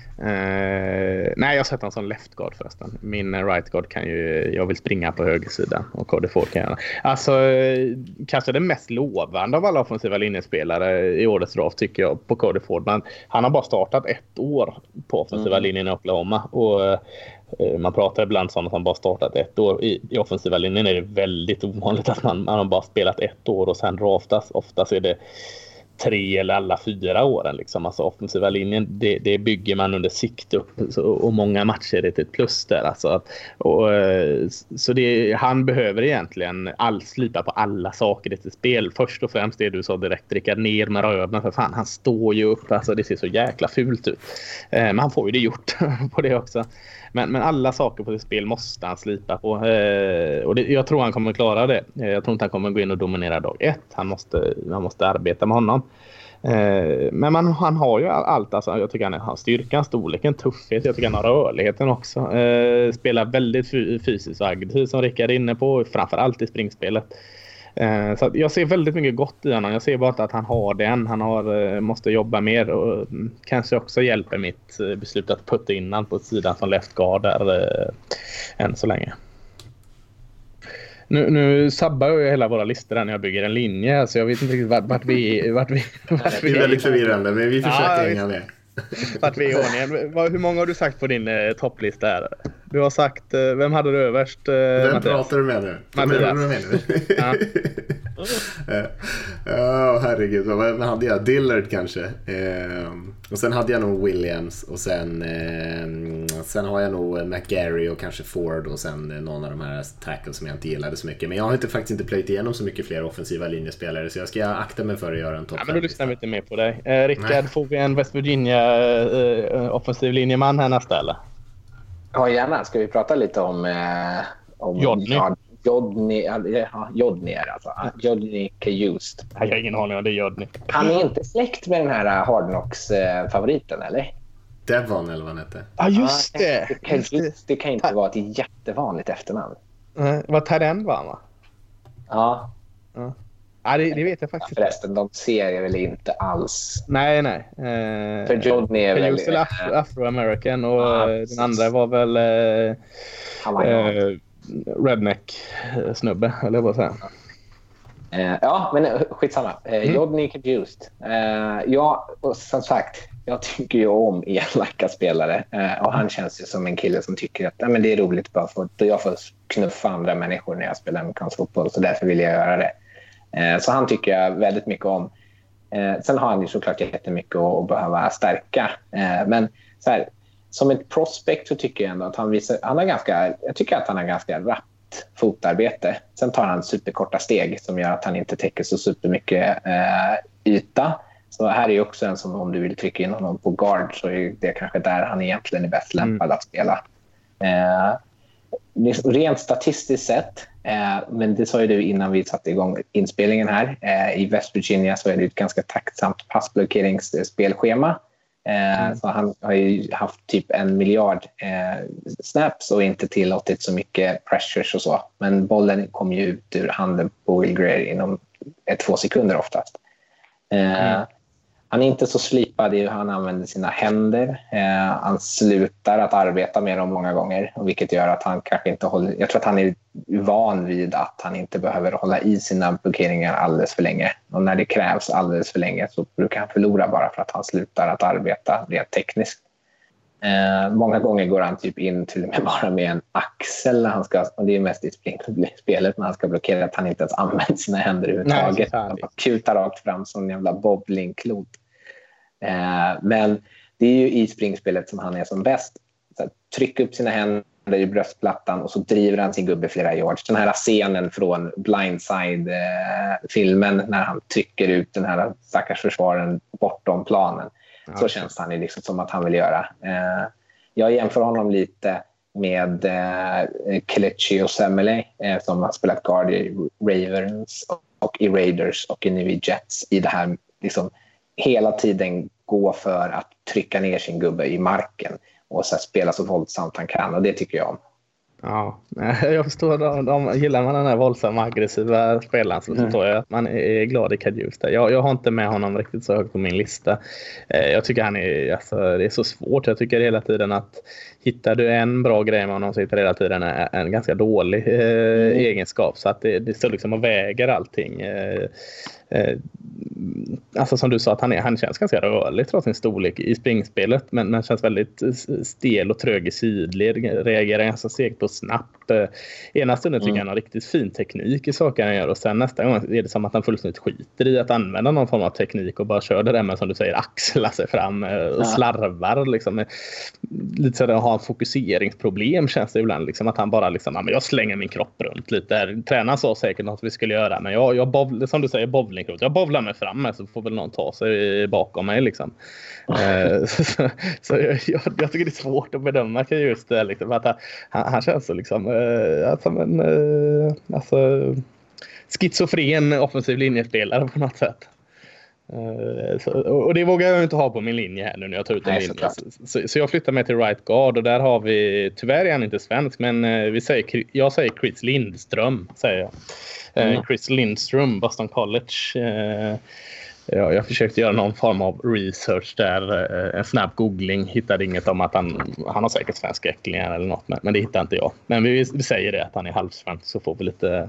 Eh, nej, jag sätter honom som left guard förresten. Min right guard kan ju, jag vill springa på höger sida och Cody Ford kan göra. Alltså, eh, kanske det mest lovande av alla offensiva linjespelare i årets draft tycker jag på Cody Ford. Men han har bara startat ett år på offensiva mm. linjen i Oklahoma och eh, man pratar ibland om att man bara startat ett år. I, i offensiva linjen är det väldigt ovanligt att man, man har bara spelat ett år och sen draftas. Oftast är det tre eller alla fyra åren. Liksom. Alltså offensiva linjen, det, det bygger man under sikt upp. Så, och många matcher är det ett plus där. Alltså. Och, så det, han behöver egentligen all, slipa på alla saker i sitt spel. Först och främst det du sa direkt, Rickard, ner med röven. För fan, han står ju upp. Alltså, det ser så jäkla fult ut. Men han får ju det gjort på det också. Men, men alla saker på sitt spel måste han slipa på. Eh, och det, jag tror han kommer klara det. Jag tror inte han kommer gå in och dominera dag ett. Han måste, man måste arbeta med honom. Eh, men man, han har ju allt. Alltså, jag tycker han har styrkan, storleken, tuffhet. Jag tycker han har rörligheten också. Eh, spelar väldigt fysiskt och aggressivt som Rickard är inne på. Framförallt i springspelet. Eh, så jag ser väldigt mycket gott i honom. Jag ser bara att han har den. Han har, måste jobba mer och kanske också hjälper mitt beslut att putta in han på sidan som left guard där eh, än så länge. Nu, nu sabbar jag hela våra listor där när jag bygger en linje, så jag vet inte riktigt vart, vart vi vart vi vart vi det är väldigt förvirrande, men vi försöker hänga med. Vart vi är i ordningen. Hur många har du sagt på din eh, topplista här? Du har sagt, eh, vem hade du överst? Eh, vem Mattias? pratar du med nu? Mattias. Med nu? Ja. oh, herregud, vad hade jag? Dillard kanske. Eh, och sen hade jag nog Williams och sen, eh, sen har jag nog McGarry och kanske Ford och sen någon av de här tackles som jag inte gillade så mycket. Men jag har inte, faktiskt inte plöjt igenom så mycket fler offensiva linjespelare, så jag ska akta mig för att göra en topp. Ja, men då lyssnar vi inte mer på dig. Eh, Rickard, får vi en West Virginia eh, offensiv linjeman här nästa eller? Ja, gärna. Ska vi prata lite om... Eh, om Jodny. Ja, Jodny, ja, Jodny är alltså. Jodny Kajust. Jag har ingen aning om det är Jodny. Han är inte släkt med den här Hard Knocks-favoriten, eller? Devon eller vad han hette. Ja, just det. Ja, just det. det kan inte vara ett jättevanligt efternamn. Mm, vad tar den var, va? Ja. Ja. Ja, det, det vet jag faktiskt. Ja, förresten, de ser jag väl inte alls. Nej, nej. Eh, För Jodny är väl... Just det, Afro, Afro-American och ja, den andra var väl eh, Han var eh, redneck-snubbe, eller vad säger jag? Eh, ja, men skitsamma. Eh, mm. Jodny Kajust. Eh, ja, och som sagt, jag tycker ju om elaka spelare. Eh, och han känns ju som en kille som tycker att ja, men det är roligt bara för att jag får knuffa andra människor när jag spelar amerikansk fotboll. Så därför vill jag göra det. Så han tycker jag väldigt mycket om. Sen har han ju såklart jättemycket att behöva stärka. Men så här, som ett prospect så tycker jag ändå att han visar... Han har ganska, jag tycker att han har ganska rapp snabbt fotarbete. Sen tar han superkorta steg som gör att han inte täcker så supermycket eh, yta. Så här är ju också en som, om du vill trycka in honom på guard, så är det kanske där han egentligen är bäst lämpad mm. att spela. Eh, rent statistiskt sett, eh, men det sa ju du innan vi satte igång inspelningen här, eh, i West Virginia så är det ett ganska tacksamt passblockeringsspelschema. Eh, mm. Så han har ju haft typ en miljard eh, snaps och inte tillåtit så mycket pressures och så. Men bollen kommer ju ut ur handen på Will Grier inom ett, två sekunder oftast. Eh, mm. Han är inte så slipad i hur han använder sina händer. Eh, han slutar att arbeta med dem många gånger, vilket gör att han kanske inte håller... Jag tror att han är van vid att han inte behöver hålla i sina blockeringar alldeles för länge. Och när det krävs alldeles för länge så brukar han förlora bara för att han slutar att arbeta rent tekniskt. Eh, många gånger går han typ in till och med bara med en axel när han ska, och det är mest i spelet när han ska blockera, att han inte ens använder sina händer överhuvudtaget. Han kutar rakt fram som en jävla bowlingklot. Eh, men det är ju i springspelet som han är som bäst. Så att trycka upp sina händer i bröstplattan och så driver han sin gubbe flera yards. Den här scenen från Blindside-filmen eh, när han trycker ut den här stackars försvaren bortom planen. Ja. Så känns han liksom som att han vill göra. Eh, jag jämför honom lite med eh, Kelechi Osemele eh, som har spelat guard i Ravens och i Raiders och nu i Jets, i det här liksom hela tiden gå för att trycka ner sin gubbe i marken och så spela så våldsamt han kan, och det tycker jag om. Ja, jag förstår. De, de, gillar man den här våldsamma aggressiva spelaren så förstår jag att man är glad i Kadius där. Jag, jag har inte med honom riktigt så högt på min lista. Jag tycker han är, alltså, det är så svårt. Jag tycker hela tiden att hittar du en bra grej med honom så hittar hela tiden en, en ganska dålig eh, mm. egenskap. Så att det, det står liksom och väger allting. Eh, eh, alltså som du sa, att han, är, han känns ganska rörlig trots sin storlek i springspelet, men, men känns väldigt stel och trög i sidled, reagerar ganska segt och snabbt. Eh, ena stunden tycker mm. han har riktigt fin teknik i saker han gör, och sen nästa gång är det som att han fullständigt skiter i att använda någon form av teknik och bara kör det där med, som du säger, axla sig fram eh, och ja. slarvar liksom. Lite så att ha en fokuseringsproblem känns det ibland, liksom, att han bara liksom, ja, men jag slänger min kropp runt lite där. Tränaren sa säkert något vi skulle göra, men jag, jag bovl, som du säger, bowlingkrot, jag bovlar mig fram med, så får väl någon ta sig bakom mig liksom. uh, så så jag, jag, jag tycker det är svårt att bedöma just det liksom, att han, han känns så liksom uh, som en uh, alltså, schizofren offensiv linjespelare på något sätt. Uh, så, och det vågar jag inte ha på min linje här nu när jag tar ut en linje. Så, så, så jag flyttar mig till right guard, och där har vi, tyvärr är han inte svensk, men uh, vi säger, jag säger Chris Lindström säger jag. Uh, mm. Chris Lindström, Boston College. Uh, ja, jag försökte göra någon form av research där, uh, en snabb googling, hittade inget om att han, han har säkert svenska äcklingar eller något, men, men det hittade inte jag. Men vi, vi säger det, att han är halvsvensk, så får vi lite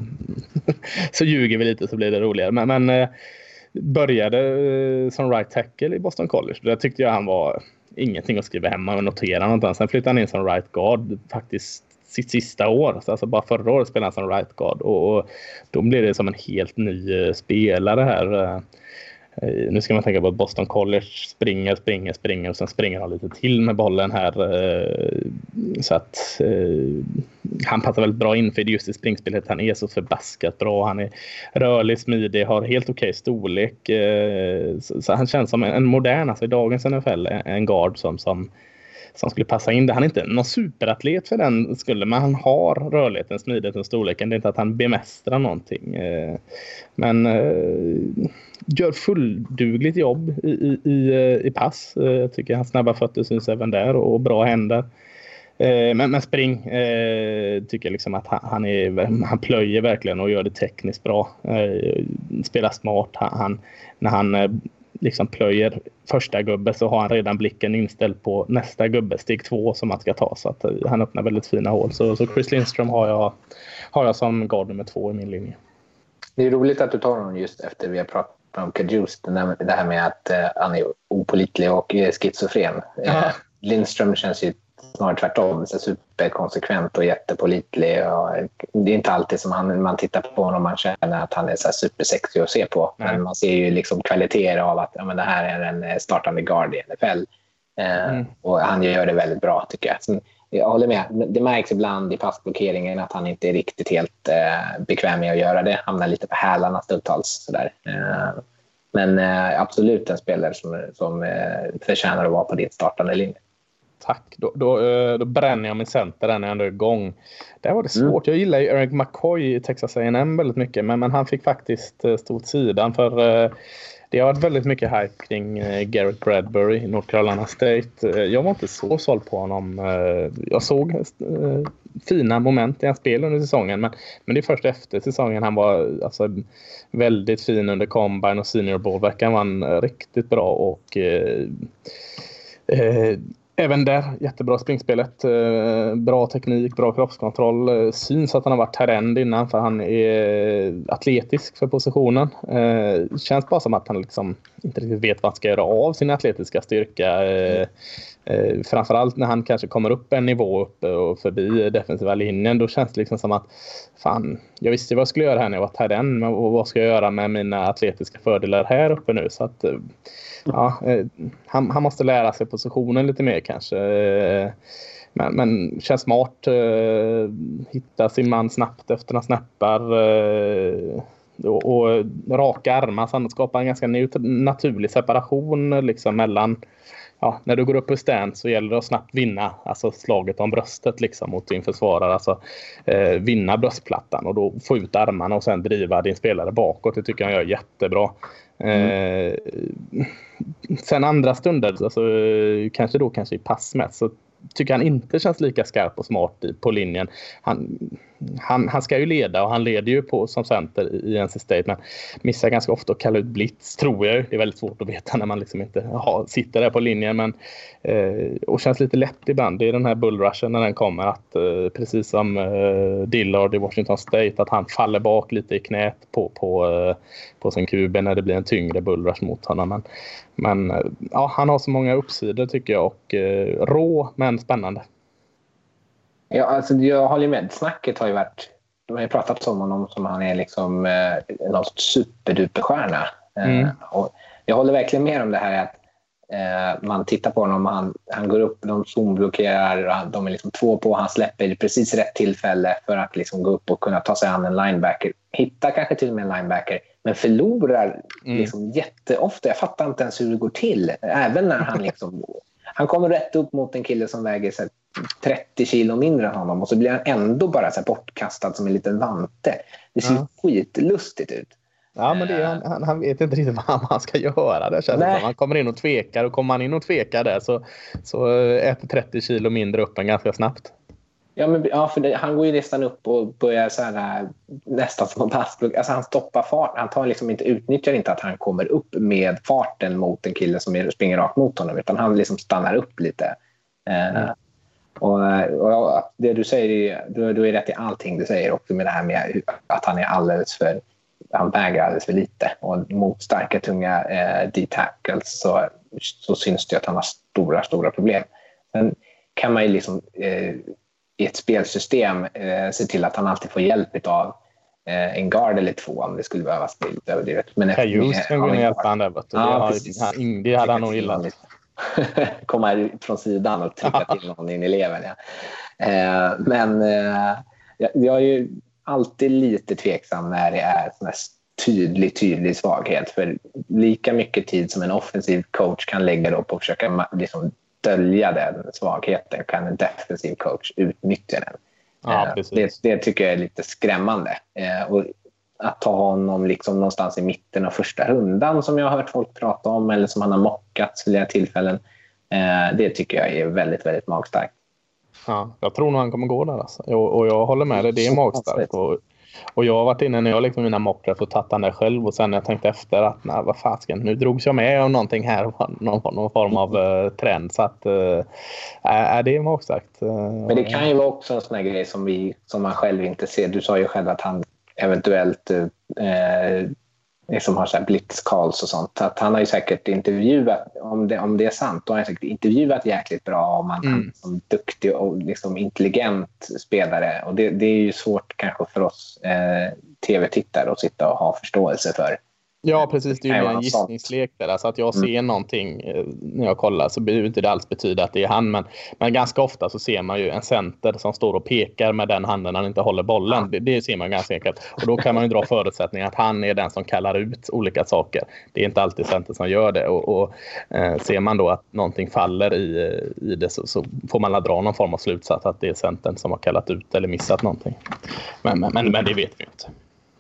så ljuger vi lite så blir det roligare. Men, men uh, började som right tackle i Boston College. Där tyckte jag han var ingenting att skriva hemma och notera någonting. Sen flyttade han in som right guard faktiskt sitt sista år. Alltså bara förra året spelade han som right guard. Och, och då blev det som en helt ny spelare här. Nu ska man tänka på att Boston College springer, springer, springer och sen springer han lite till med bollen här. Så att han passar väldigt bra in för just i springspelet. Han är så förbaskat bra. Han är rörlig, smidig, har helt okej storlek. Så han känns som en modern, alltså i dagens N F L, en guard som, som, som skulle passa in det. Han är inte någon superatlet för den skulle, men han har rörligheten, smidigheten, storleken. Det är inte att han bemästrar någonting. Men gör fulldugligt jobb i, i, i, i pass. Jag tycker hans snabba fötter syns även där och bra händer. Men, men spring eh, tycker jag liksom att han, han, är, han plöjer verkligen och gör det tekniskt bra. Eh, spelar smart. Han, han, när han liksom plöjer första gubbe så har han redan blicken inställd på nästa gubbe, steg två, som man ska ta. Så att han öppnar väldigt fina hål. Så, så Chris Lindström har jag, har jag som guard nummer två i min linje. Det är roligt att du tar honom just efter vi har pratat om Kadius. Det här med att uh, han är opålitlig och schizofren. Uh, Lindström känns ju snarare tvärtom, så superkonsekvent och jättepålitlig. Och det är inte alltid som han, man tittar på honom man känner att han är så här supersexig att se på. Nej. Men man ser ju liksom kvaliteter av att ja, men det här är en startande guard i N F L. Eh, mm. Och han gör det väldigt bra tycker jag. Sen jag håller med. Det märks ibland i passblockeringen att han inte är riktigt helt eh, bekväm med att göra det. Hamnar lite på hälarna stundtals. Sådär. Eh, men eh, absolut en spelare som, som eh, förtjänar att vara på ditt startande linje. Tack. Då, då, då bränner jag min center när jag ändå är igång. Där var det svårt. Mm. Jag gillar ju Eric McCoy i Texas A and M väldigt mycket. Men, men han fick faktiskt stå åt sidan. För uh, det har varit väldigt mycket hype kring uh, Garrett Bradbury i North Carolina State. Uh, jag var inte så såld på honom. Uh, jag såg uh, fina moment i hans spel under säsongen. Men, men det är först efter säsongen han var alltså, väldigt fin under Combine och Senior Bowl-veckan. Var han uh, riktigt bra och... Uh, uh, Även där, jättebra springspelet, eh, bra teknik, bra kroppskontroll. Eh, syns att han har varit terrend innan för han är atletisk för positionen. Eh, känns bara som att han liksom inte riktigt vet vad han ska göra av sin atletiska styrka. Eh, eh, framförallt när han kanske kommer upp en nivå upp och förbi defensiva linjen. Då känns det liksom som att fan, jag visste vad jag skulle göra här när jag var terrend. Men vad ska jag göra med mina atletiska fördelar här uppe nu? Så att... Eh, Ja, eh, han, han måste lära sig positionen lite mer kanske. Eh, men, men känns smart. Eh, hitta sin man snabbt efter några snappar. Eh, och, och raka armar. Så han skapar en ganska naturlig separation liksom, mellan... Ja, när du går upp på stand så gäller det att snabbt vinna alltså slaget om bröstet liksom, mot din försvarare. Alltså, eh, vinna bröstplattan och då få ut armarna och sen driva din spelare bakåt. Det tycker jag gör jättebra. Mm. Eh, sen andra stunder, alltså, kanske då kanske i passmätt, så tycker han inte känns lika skarp och smart på linjen. Han, han, han ska ju leda och han leder ju på som center i N C State, men missar ganska ofta att kalla ut blitz, tror jag. Det är väldigt svårt att veta när man liksom inte ha, sitter där på linjen, men eh, och känns lite lätt ibland. Det är den här bullrushen när den kommer, att eh, precis som eh, Dillard i Washington State, att han faller bak lite i knät på, på, eh, på sin Q B när det blir en tyngre bullrush mot honom. Men, men ja, han har så många uppsidor tycker jag, och eh, rå men spännande. Ja, alltså jag håller med. Snacket har ju varit, de har ju pratat om honom som han är liksom eh, någon superduperstjärna. Mm. Eh, och jag håller verkligen med om det här att eh, man tittar på honom, han, han går upp, de zonblockerar, de är liksom två på, han släpper i precis rätt tillfälle för att liksom gå upp och kunna ta sig an en linebacker. Hitta kanske till och med en linebacker, men förlorar mm. liksom jätteofta. Jag fattar inte ens hur det går till. Även när han liksom... Han kommer rätt upp mot en kille som väger så här, trettio kilo mindre än honom, och så blir han ändå bara så här, bortkastad som en liten vante. Det ser ja. skitlustigt ut. Ja, men det är, han, han vet inte riktigt vad han ska göra. Det känns som han kommer in och tvekar, och kommer han in och tvekar där så, så äter trettio kilo mindre upp en ganska snabbt. Ja, men, ja för det, han går ju nästan upp och börjar så här, nästan som en passblock. Alltså han stoppar fart. Han tar liksom inte, utnyttjar inte att han kommer upp med farten mot en kille som är, springer rakt mot honom, utan han liksom stannar upp lite. Mm. Uh, och, och det du säger, du, du är rätt i allting du säger också, med det här med att han är alldeles för, han väger alldeles för lite, och mot starka tunga uh, D-tackles så, så syns det att han har stora, stora problem. Sen kan man ju liksom uh, i ett spelsystem eh, se till att han alltid får hjälp av eh, en guard eller två om det skulle behövas bli lite överdrivet. Men efter just kan gå hjälpa han där, vet du. Ja, det, har, det hade han nog gillat. Komma från sidan och trycka till någon in i eleven. Ja. Eh, men eh, jag, jag är ju alltid lite tveksam när det är sån här tydlig, tydlig svaghet. För lika mycket tid som en offensiv coach kan lägga då på att försöka liksom dölja den svagheten, kan en defensiv coach utnyttja den. Ja, eh, det, det tycker jag är lite skrämmande. Eh, och att ta honom liksom någonstans i mitten av första rundan, som jag har hört folk prata om, eller som han har mockat flera tillfällen, eh, det tycker jag är väldigt, väldigt magstarkt. Ja, jag tror nog han kommer gå där alltså. och, och jag håller med dig, det är magstarkt. Och, och jag har varit inne när jag liksom mina mockdraft och tagit han där själv, och sen när jag tänkte efter att nej, vad fasken, nu drogs jag med om någonting här, någon, någon form av uh, trend, så att uh, äh, det är magstarkt. Uh, Men det kan ju vara också en sån här grej som, vi, som man själv inte ser. Du sa ju själv att han eventuellt uh, liksom har så här blitzcalls och sånt. Att han har ju säkert intervjuat, om det, om det är sant, då har han säkert intervjuat jäkligt bra om han mm. som duktig och liksom intelligent spelare. Och det, det är ju svårt kanske för oss eh, tv-tittare att sitta och ha förståelse för. Ja, precis. Det är ju en gissningslek där. Alltså att jag ser mm. någonting eh, när jag kollar så behöver inte det alls betyda att det är han. Men, men ganska ofta så ser man ju en center som står och pekar med den handen när han inte håller bollen. Det, det ser man ganska enkelt. Och då kan man ju dra förutsättningen att han är den som kallar ut olika saker. Det är inte alltid center som gör det. Och, och eh, ser man då att någonting faller i, i det så, så får man dra någon form av slutsats att det är centern som har kallat ut eller missat någonting. Men, men, men, men det vet vi inte.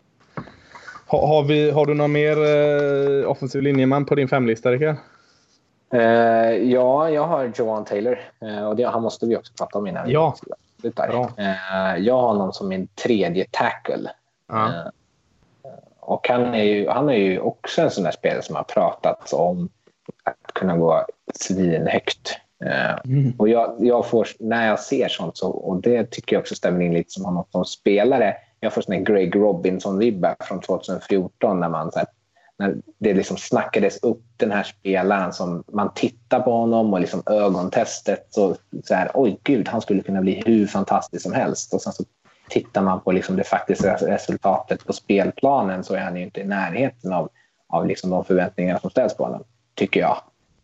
Har, har, vi, har du någon mer eh, offensiv linjeman på din femlista, Rickard? Uh, ja, jag har Jawan Taylor. Uh, och det, han måste vi också prata om innan vi ja. slutar. Uh, jag har honom som min tredje tackle. Uh. Uh, och han är, ju, han är ju också en sån där spelare som har pratat om att kunna gå svinhögt. Uh, mm. Och jag, jag får, när jag ser sånt så, och det tycker jag också stämmer in lite som honom som spelare. Jag får sån här Greg Robinson-vibbar från tjugohundrafjorton när man så här, när det liksom snackades upp den här spelaren som man tittar på honom och liksom ögontestet så, så här, oj gud, han skulle kunna bli hur fantastisk som helst. Och sen så tittar man på liksom det faktiska resultatet på spelplanen så är han ju inte i närheten av, av liksom de förväntningar som ställs på honom, tycker jag.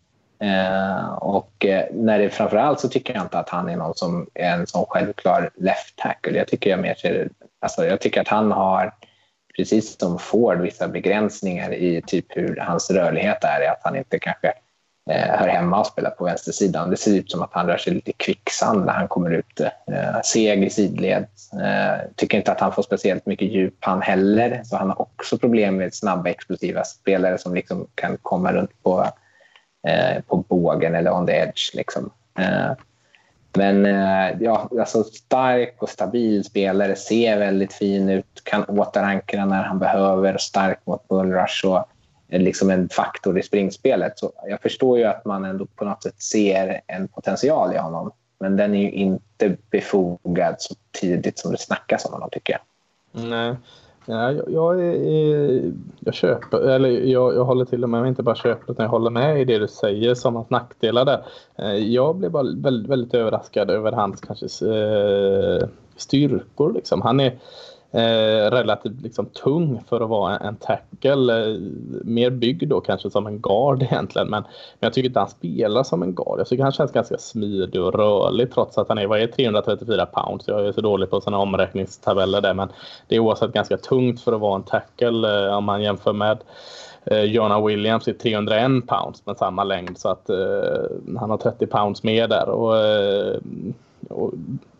Eh, och eh, när det framförallt så tycker jag inte att han är någon som är en sån självklar left tackle. Jag tycker jag mer ser, alltså jag tycker att han har, precis som Ford, vissa begränsningar i typ hur hans rörlighet är, att han inte kanske eh, hör hemma och spelar på vänstersidan. Det ser ut som att han rör sig lite kvicksand när han kommer ut, eh, seg i sidled. Eh, tycker inte att han får speciellt mycket djup han heller, så han har också problem med snabba explosiva spelare som liksom kan komma runt på eh, på bågen eller on the edge liksom. Eh, Men ja, alltså stark och stabil spelare, ser väldigt fin ut, kan återankra när han behöver, stark mot bullrush och är liksom en faktor i springspelet. Så jag förstår ju att man ändå på något sätt ser en potential i honom, men den är ju inte befogad så tidigt som det snackas om honom, tycker jag. Nej. Ja, jag, jag, är, jag köper, eller jag, jag håller till och med inte bara köper utan jag håller med i det du säger som hans nackdelar där. Jag blev bara väldigt, väldigt överraskad över hans kanske eh, styrkor liksom. Han är eh, relativt liksom tung för att vara en tackle, eh, mer byggd då kanske som en guard egentligen, men, men jag tycker inte han spelar som en guard. Jag tycker han känns ganska smidig och rörlig trots att han är, vad är trehundratrettiofyra pounds. Jag är så dålig på sådana omräkningstabeller där, men det är oavsett ganska tungt för att vara en tackle eh, om man jämför med eh, Jonah Williams är trehundraen pounds med samma längd, så att eh, han har trettio pounds mer där och, eh, och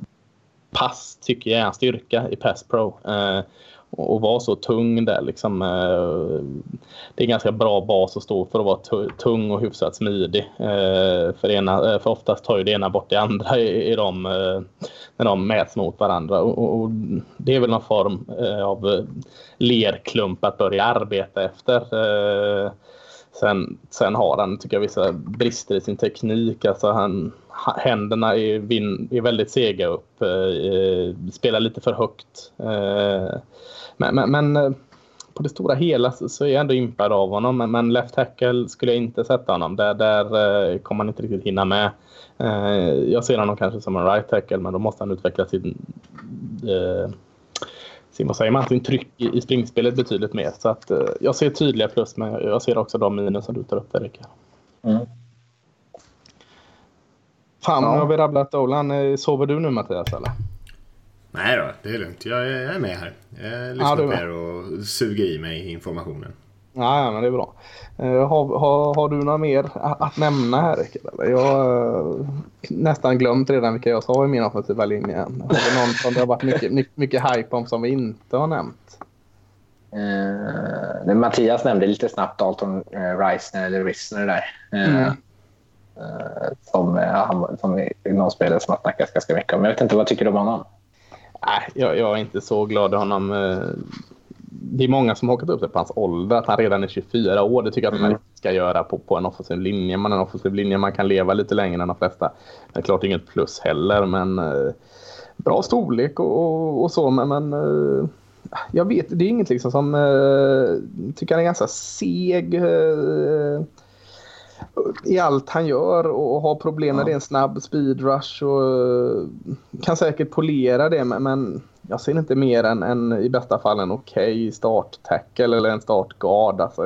pass tycker jag är en styrka i pass pro. Eh, och, och vara så tung där liksom. Eh, det är ganska bra bas att stå för att vara t- tung och hyfsat smidig. Eh, för, ena, för oftast tar ju det ena bort det andra i, i de, eh, när de mäts mot varandra. Och, och, och det är väl någon form eh, av lerklump att börja arbeta efter. Eh, Sen, sen har han, tycker jag, vissa brister i sin teknik. Alltså han, händerna är, vin, är väldigt sega upp. Eh, spelar lite för högt. Eh, men, men, men på det stora hela så, så är jag ändå impad av honom. Men, men left tackle skulle jag inte sätta honom. Där, där eh, kommer han inte riktigt hinna med. Eh, jag ser honom kanske som en right tackle, men då måste han utveckla sin... Eh, vad säger man, sin tryck i, i springspelet betydligt mer. Så att eh, jag ser tydliga plus, men jag ser också de minus som du tar upp där, Rickard. Mm. Fan, ja. Nu har vi rabblat Olan. Sover du nu, Mattias, eller? Nej då, det är lugnt. Jag är, jag är med här. Jag lyssnar ja, på er och suger i mig informationen. Ja, ja, men det är bra. Uh, har, har, har du något mer att nämna här, Rickard? Jag har uh, nästan glömt redan vilka jag sa i min offensiva linje. Har det någon som det har varit mycket, mycket, mycket hype om som vi inte har nämnt? Uh, Mattias nämnde lite snabbt Dalton uh, Reisner eller Risner där. Uh, mm. uh, som, uh, som är någon spelare som har snackat ganska mycket om. Jag vet inte, vad tycker du om honom? Nej, jag, jag är inte så glad i honom. Uh, Det är många som har hakat upp sig på hans ålder, att han redan är tjugofyra år. Det tycker jag att man mm. ska göra på, på en offensiv linje. Man är en offensiv linje, man kan leva lite längre än de flesta. Det är klart inget plus heller, men eh, bra storlek och, och, och så. Men, men eh, jag vet, det är inget liksom som eh, tycker han är ganska seg. Eh, i allt han gör och har problem när ja. det är en snabb speed rush och kan säkert polera det, men jag ser inte mer än, än i bästa fall en okej okay start-tackle eller en start-guard. Alltså,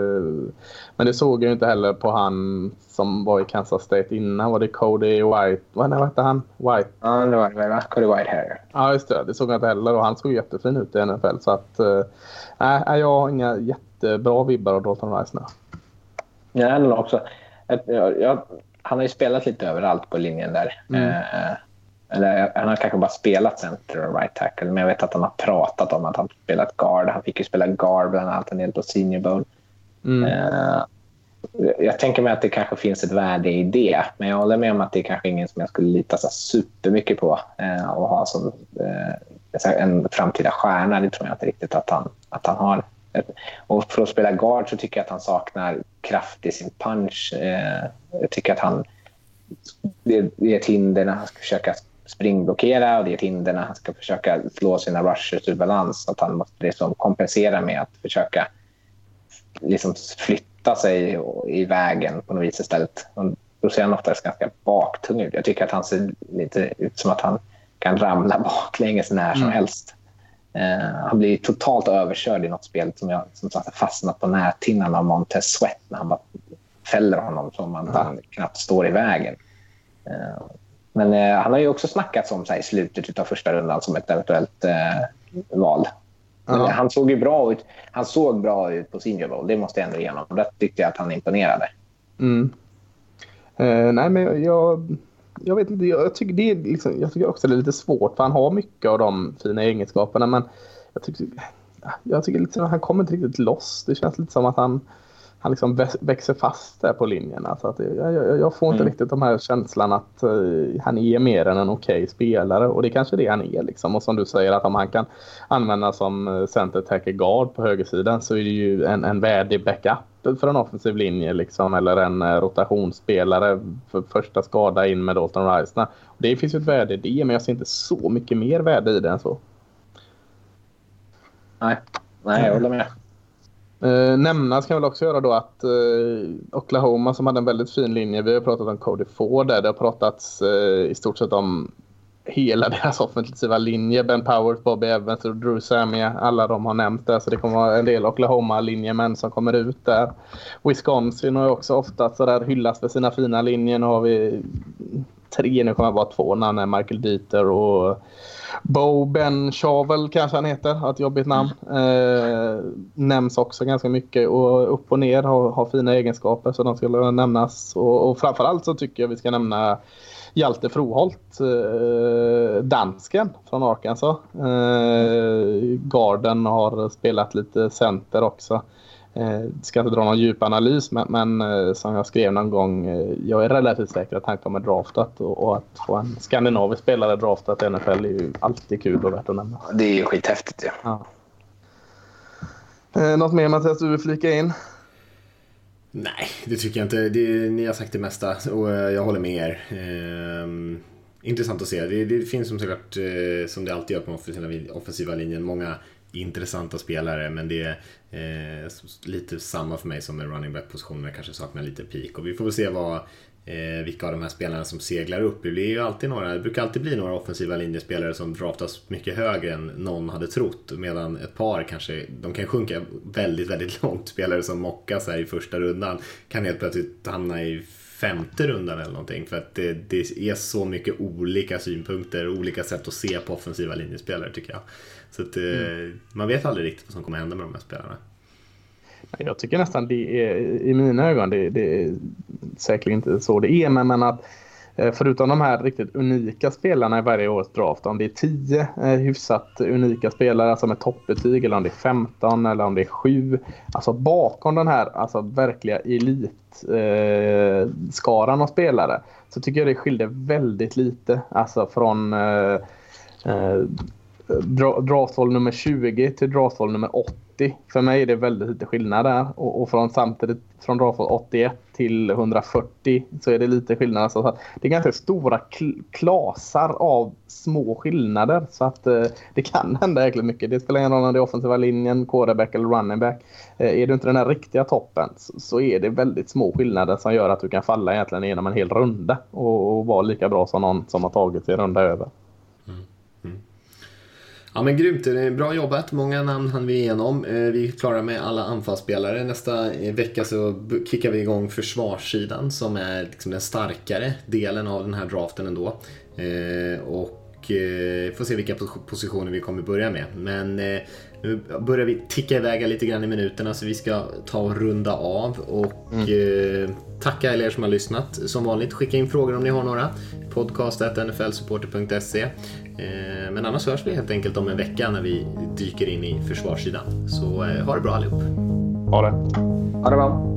men det såg jag inte heller på han som var i Kansas State innan. Var det Cody White? Vad hette han? White? Ja, det var det. Cody Whitehair. Ja, just det. Det såg jag inte heller och han såg jättefin ut i N F L. Så att, äh, jag har inga jättebra vibbar av Dalton Rice nu. Ja, men också. Jag, jag, han har ju spelat lite överallt på linjen där. Mm. Eh, eller han har kanske bara spelat center och right tackle, men jag vet att han har pratat om att han spelat guard. Han fick ju spela guard bland annat en del på Senior Bowl. Mm. Eh, jag tänker mig att det kanske finns ett värde i det, men jag håller med om att det är kanske ingen som jag skulle lita så supermycket på eh, och ha som eh, en framtida stjärna. Det tror jag inte riktigt att han, att han har. Och för att spela guard så tycker jag att han saknar kraft i sin punch. Eh, jag tycker att han det är ett hinder när han ska försöka springblockera och det är ett hinder när han ska försöka slå sina rushers ur balans. Att han måste liksom kompensera med att försöka liksom flytta sig i vägen på något vis istället. Och då ser han ofta ganska baktung ut. Jag tycker att han ser lite ut som att han kan ramla baklänges när som mm. helst. Uh, han blir totalt överkörd i något spel som jag som sagt fastnat på näthinnan av Montez Sweat när han bara fäller honom som att han mm. knappt står i vägen. Uh, men uh, han har ju också snackat om så här, i slutet av första rundan som ett eventuellt uh, val. Mm. Han såg ju bra ut. Han såg bra ut på Senior Bowl. Det måste jag ändå igenom. Och det tyckte jag att han imponerade. Mm. Uh, nej, men jag... Jag vet inte, jag tycker, det är liksom, jag tycker också det är lite svårt för han har mycket av de fina egenskaperna, men jag tycker, jag tycker lite att han kommer inte riktigt loss. Det känns lite som att han, han liksom växer fast där på linjen. Alltså att jag, jag, jag får inte mm. riktigt de här känslan att uh, han är mer än en okej spelare, och det är kanske det han är liksom. Och som du säger, att om han kan använda som center tackle guard på högersidan så är det ju en, en värdig backup för en offensiv linje liksom, eller en uh, rotationsspelare för första skada in med Dalton Rice. Det finns ju ett värde i det, men jag ser inte så mycket mer värde i det än så. Nej, Nej jag håller med. Uh, nämnas kan väl också göra då att uh, Oklahoma som hade en väldigt fin linje, vi har pratat om Cody Ford där, det har pratats uh, i stort sett om hela deras offensiva linje, Ben Powers, Bobby Evans och Drew Samia, alla de har nämnt där, så det kommer vara en del Oklahoma-linjemän som kommer ut där. Wisconsin har ju också ofta så där hyllas för sina fina linjer. Nu har vi tre, nu kommer det vara två namn, Michael Dieter och Bo Ben Chavel kanske han heter, ett jobbigt namn. Eh, nämns också ganska mycket och upp och ner har, har fina egenskaper, så de skulle nämnas. Och, och framförallt så tycker jag vi ska nämna Hjalte Froholt, eh, dansken från Arkansas. Eh, Garden har spelat lite center också. Eh, ska inte dra någon djup analys, men, men eh, som jag skrev någon gång, eh, jag är relativt säker att han kommer draftat, och, och att få en skandinavisk spelare draftat i N F L är ju alltid kul och värt att nämna. Det är ju skithäftigt, ja. ja. Eh, något mer, Mattias, du vill flika in? Nej, det tycker jag inte. Det, ni har sagt det mesta och jag håller med er. Eh, intressant att se. Det, det finns som såklart, eh, som det alltid gör på offensiva, offensiva linjen, många intressanta spelare, men det är eh, lite samma för mig som med running back-positionen, kanske saknar lite peak, och vi får väl se vad eh, vilka av de här spelarna som seglar upp. Det blir ju alltid några, det brukar alltid bli några offensiva linjespelare som draftas mycket högre än någon hade trott, medan ett par kanske, de kan sjunka väldigt, väldigt långt. Spelare som mockas här i första rundan kan helt plötsligt hamna i femte rundan eller någonting, för att det, det är så mycket olika synpunkter, olika sätt att se på offensiva linjespelare, tycker jag. Så att mm. man vet aldrig riktigt vad som kommer hända med de här spelarna. Jag tycker nästan det är, i mina ögon, det, det är säkert inte så det är, men, men att förutom de här riktigt unika spelarna i varje års draft, om det är tio eh, hyfsat unika spelare, alltså med toppbetyg, eller om det är femton eller om det är sju, alltså bakom den här alltså verkliga elitskaran eh, av spelare, så tycker jag det skiljer väldigt lite, alltså från eh, eh, draftval nummer tjugo till draftval nummer åttio. fyrtio. För mig är det väldigt lite skillnad där. Och, och från samtidigt från draft åttioett till hundrafyrtio så är det lite skillnad. Alltså, det är ganska stora kl- klasar av små skillnader. Så att eh, det kan hända jäkligt mycket. Det spelar ingen roll om det är offensiva linjen, quarterback eller running back. Eh, är du inte den här riktiga toppen så, så är det väldigt små skillnader som gör att du kan falla egentligen genom en hel runda. Och, och vara lika bra som någon som har tagit sig runda över. Mm. Mm. Ja men grymt, det är bra jobbat. Många namn hann vi igenom. Vi är klara med alla anfallsspelare. Nästa vecka så kickar vi igång försvarssidan som är liksom den starkare delen av den här draften ändå. Och får se vilka positioner vi kommer börja med. Men nu börjar vi ticka iväg lite grann i minuterna så vi ska ta och runda av. Och mm. tacka alla er som har lyssnat. Som vanligt, skicka in frågor om ni har några. podcast at n f l supporter punkt se. Men annars hörs vi helt enkelt om en vecka när vi dyker in i försvarssidan. Så ha det bra allihop. Ha det. Ha det bra.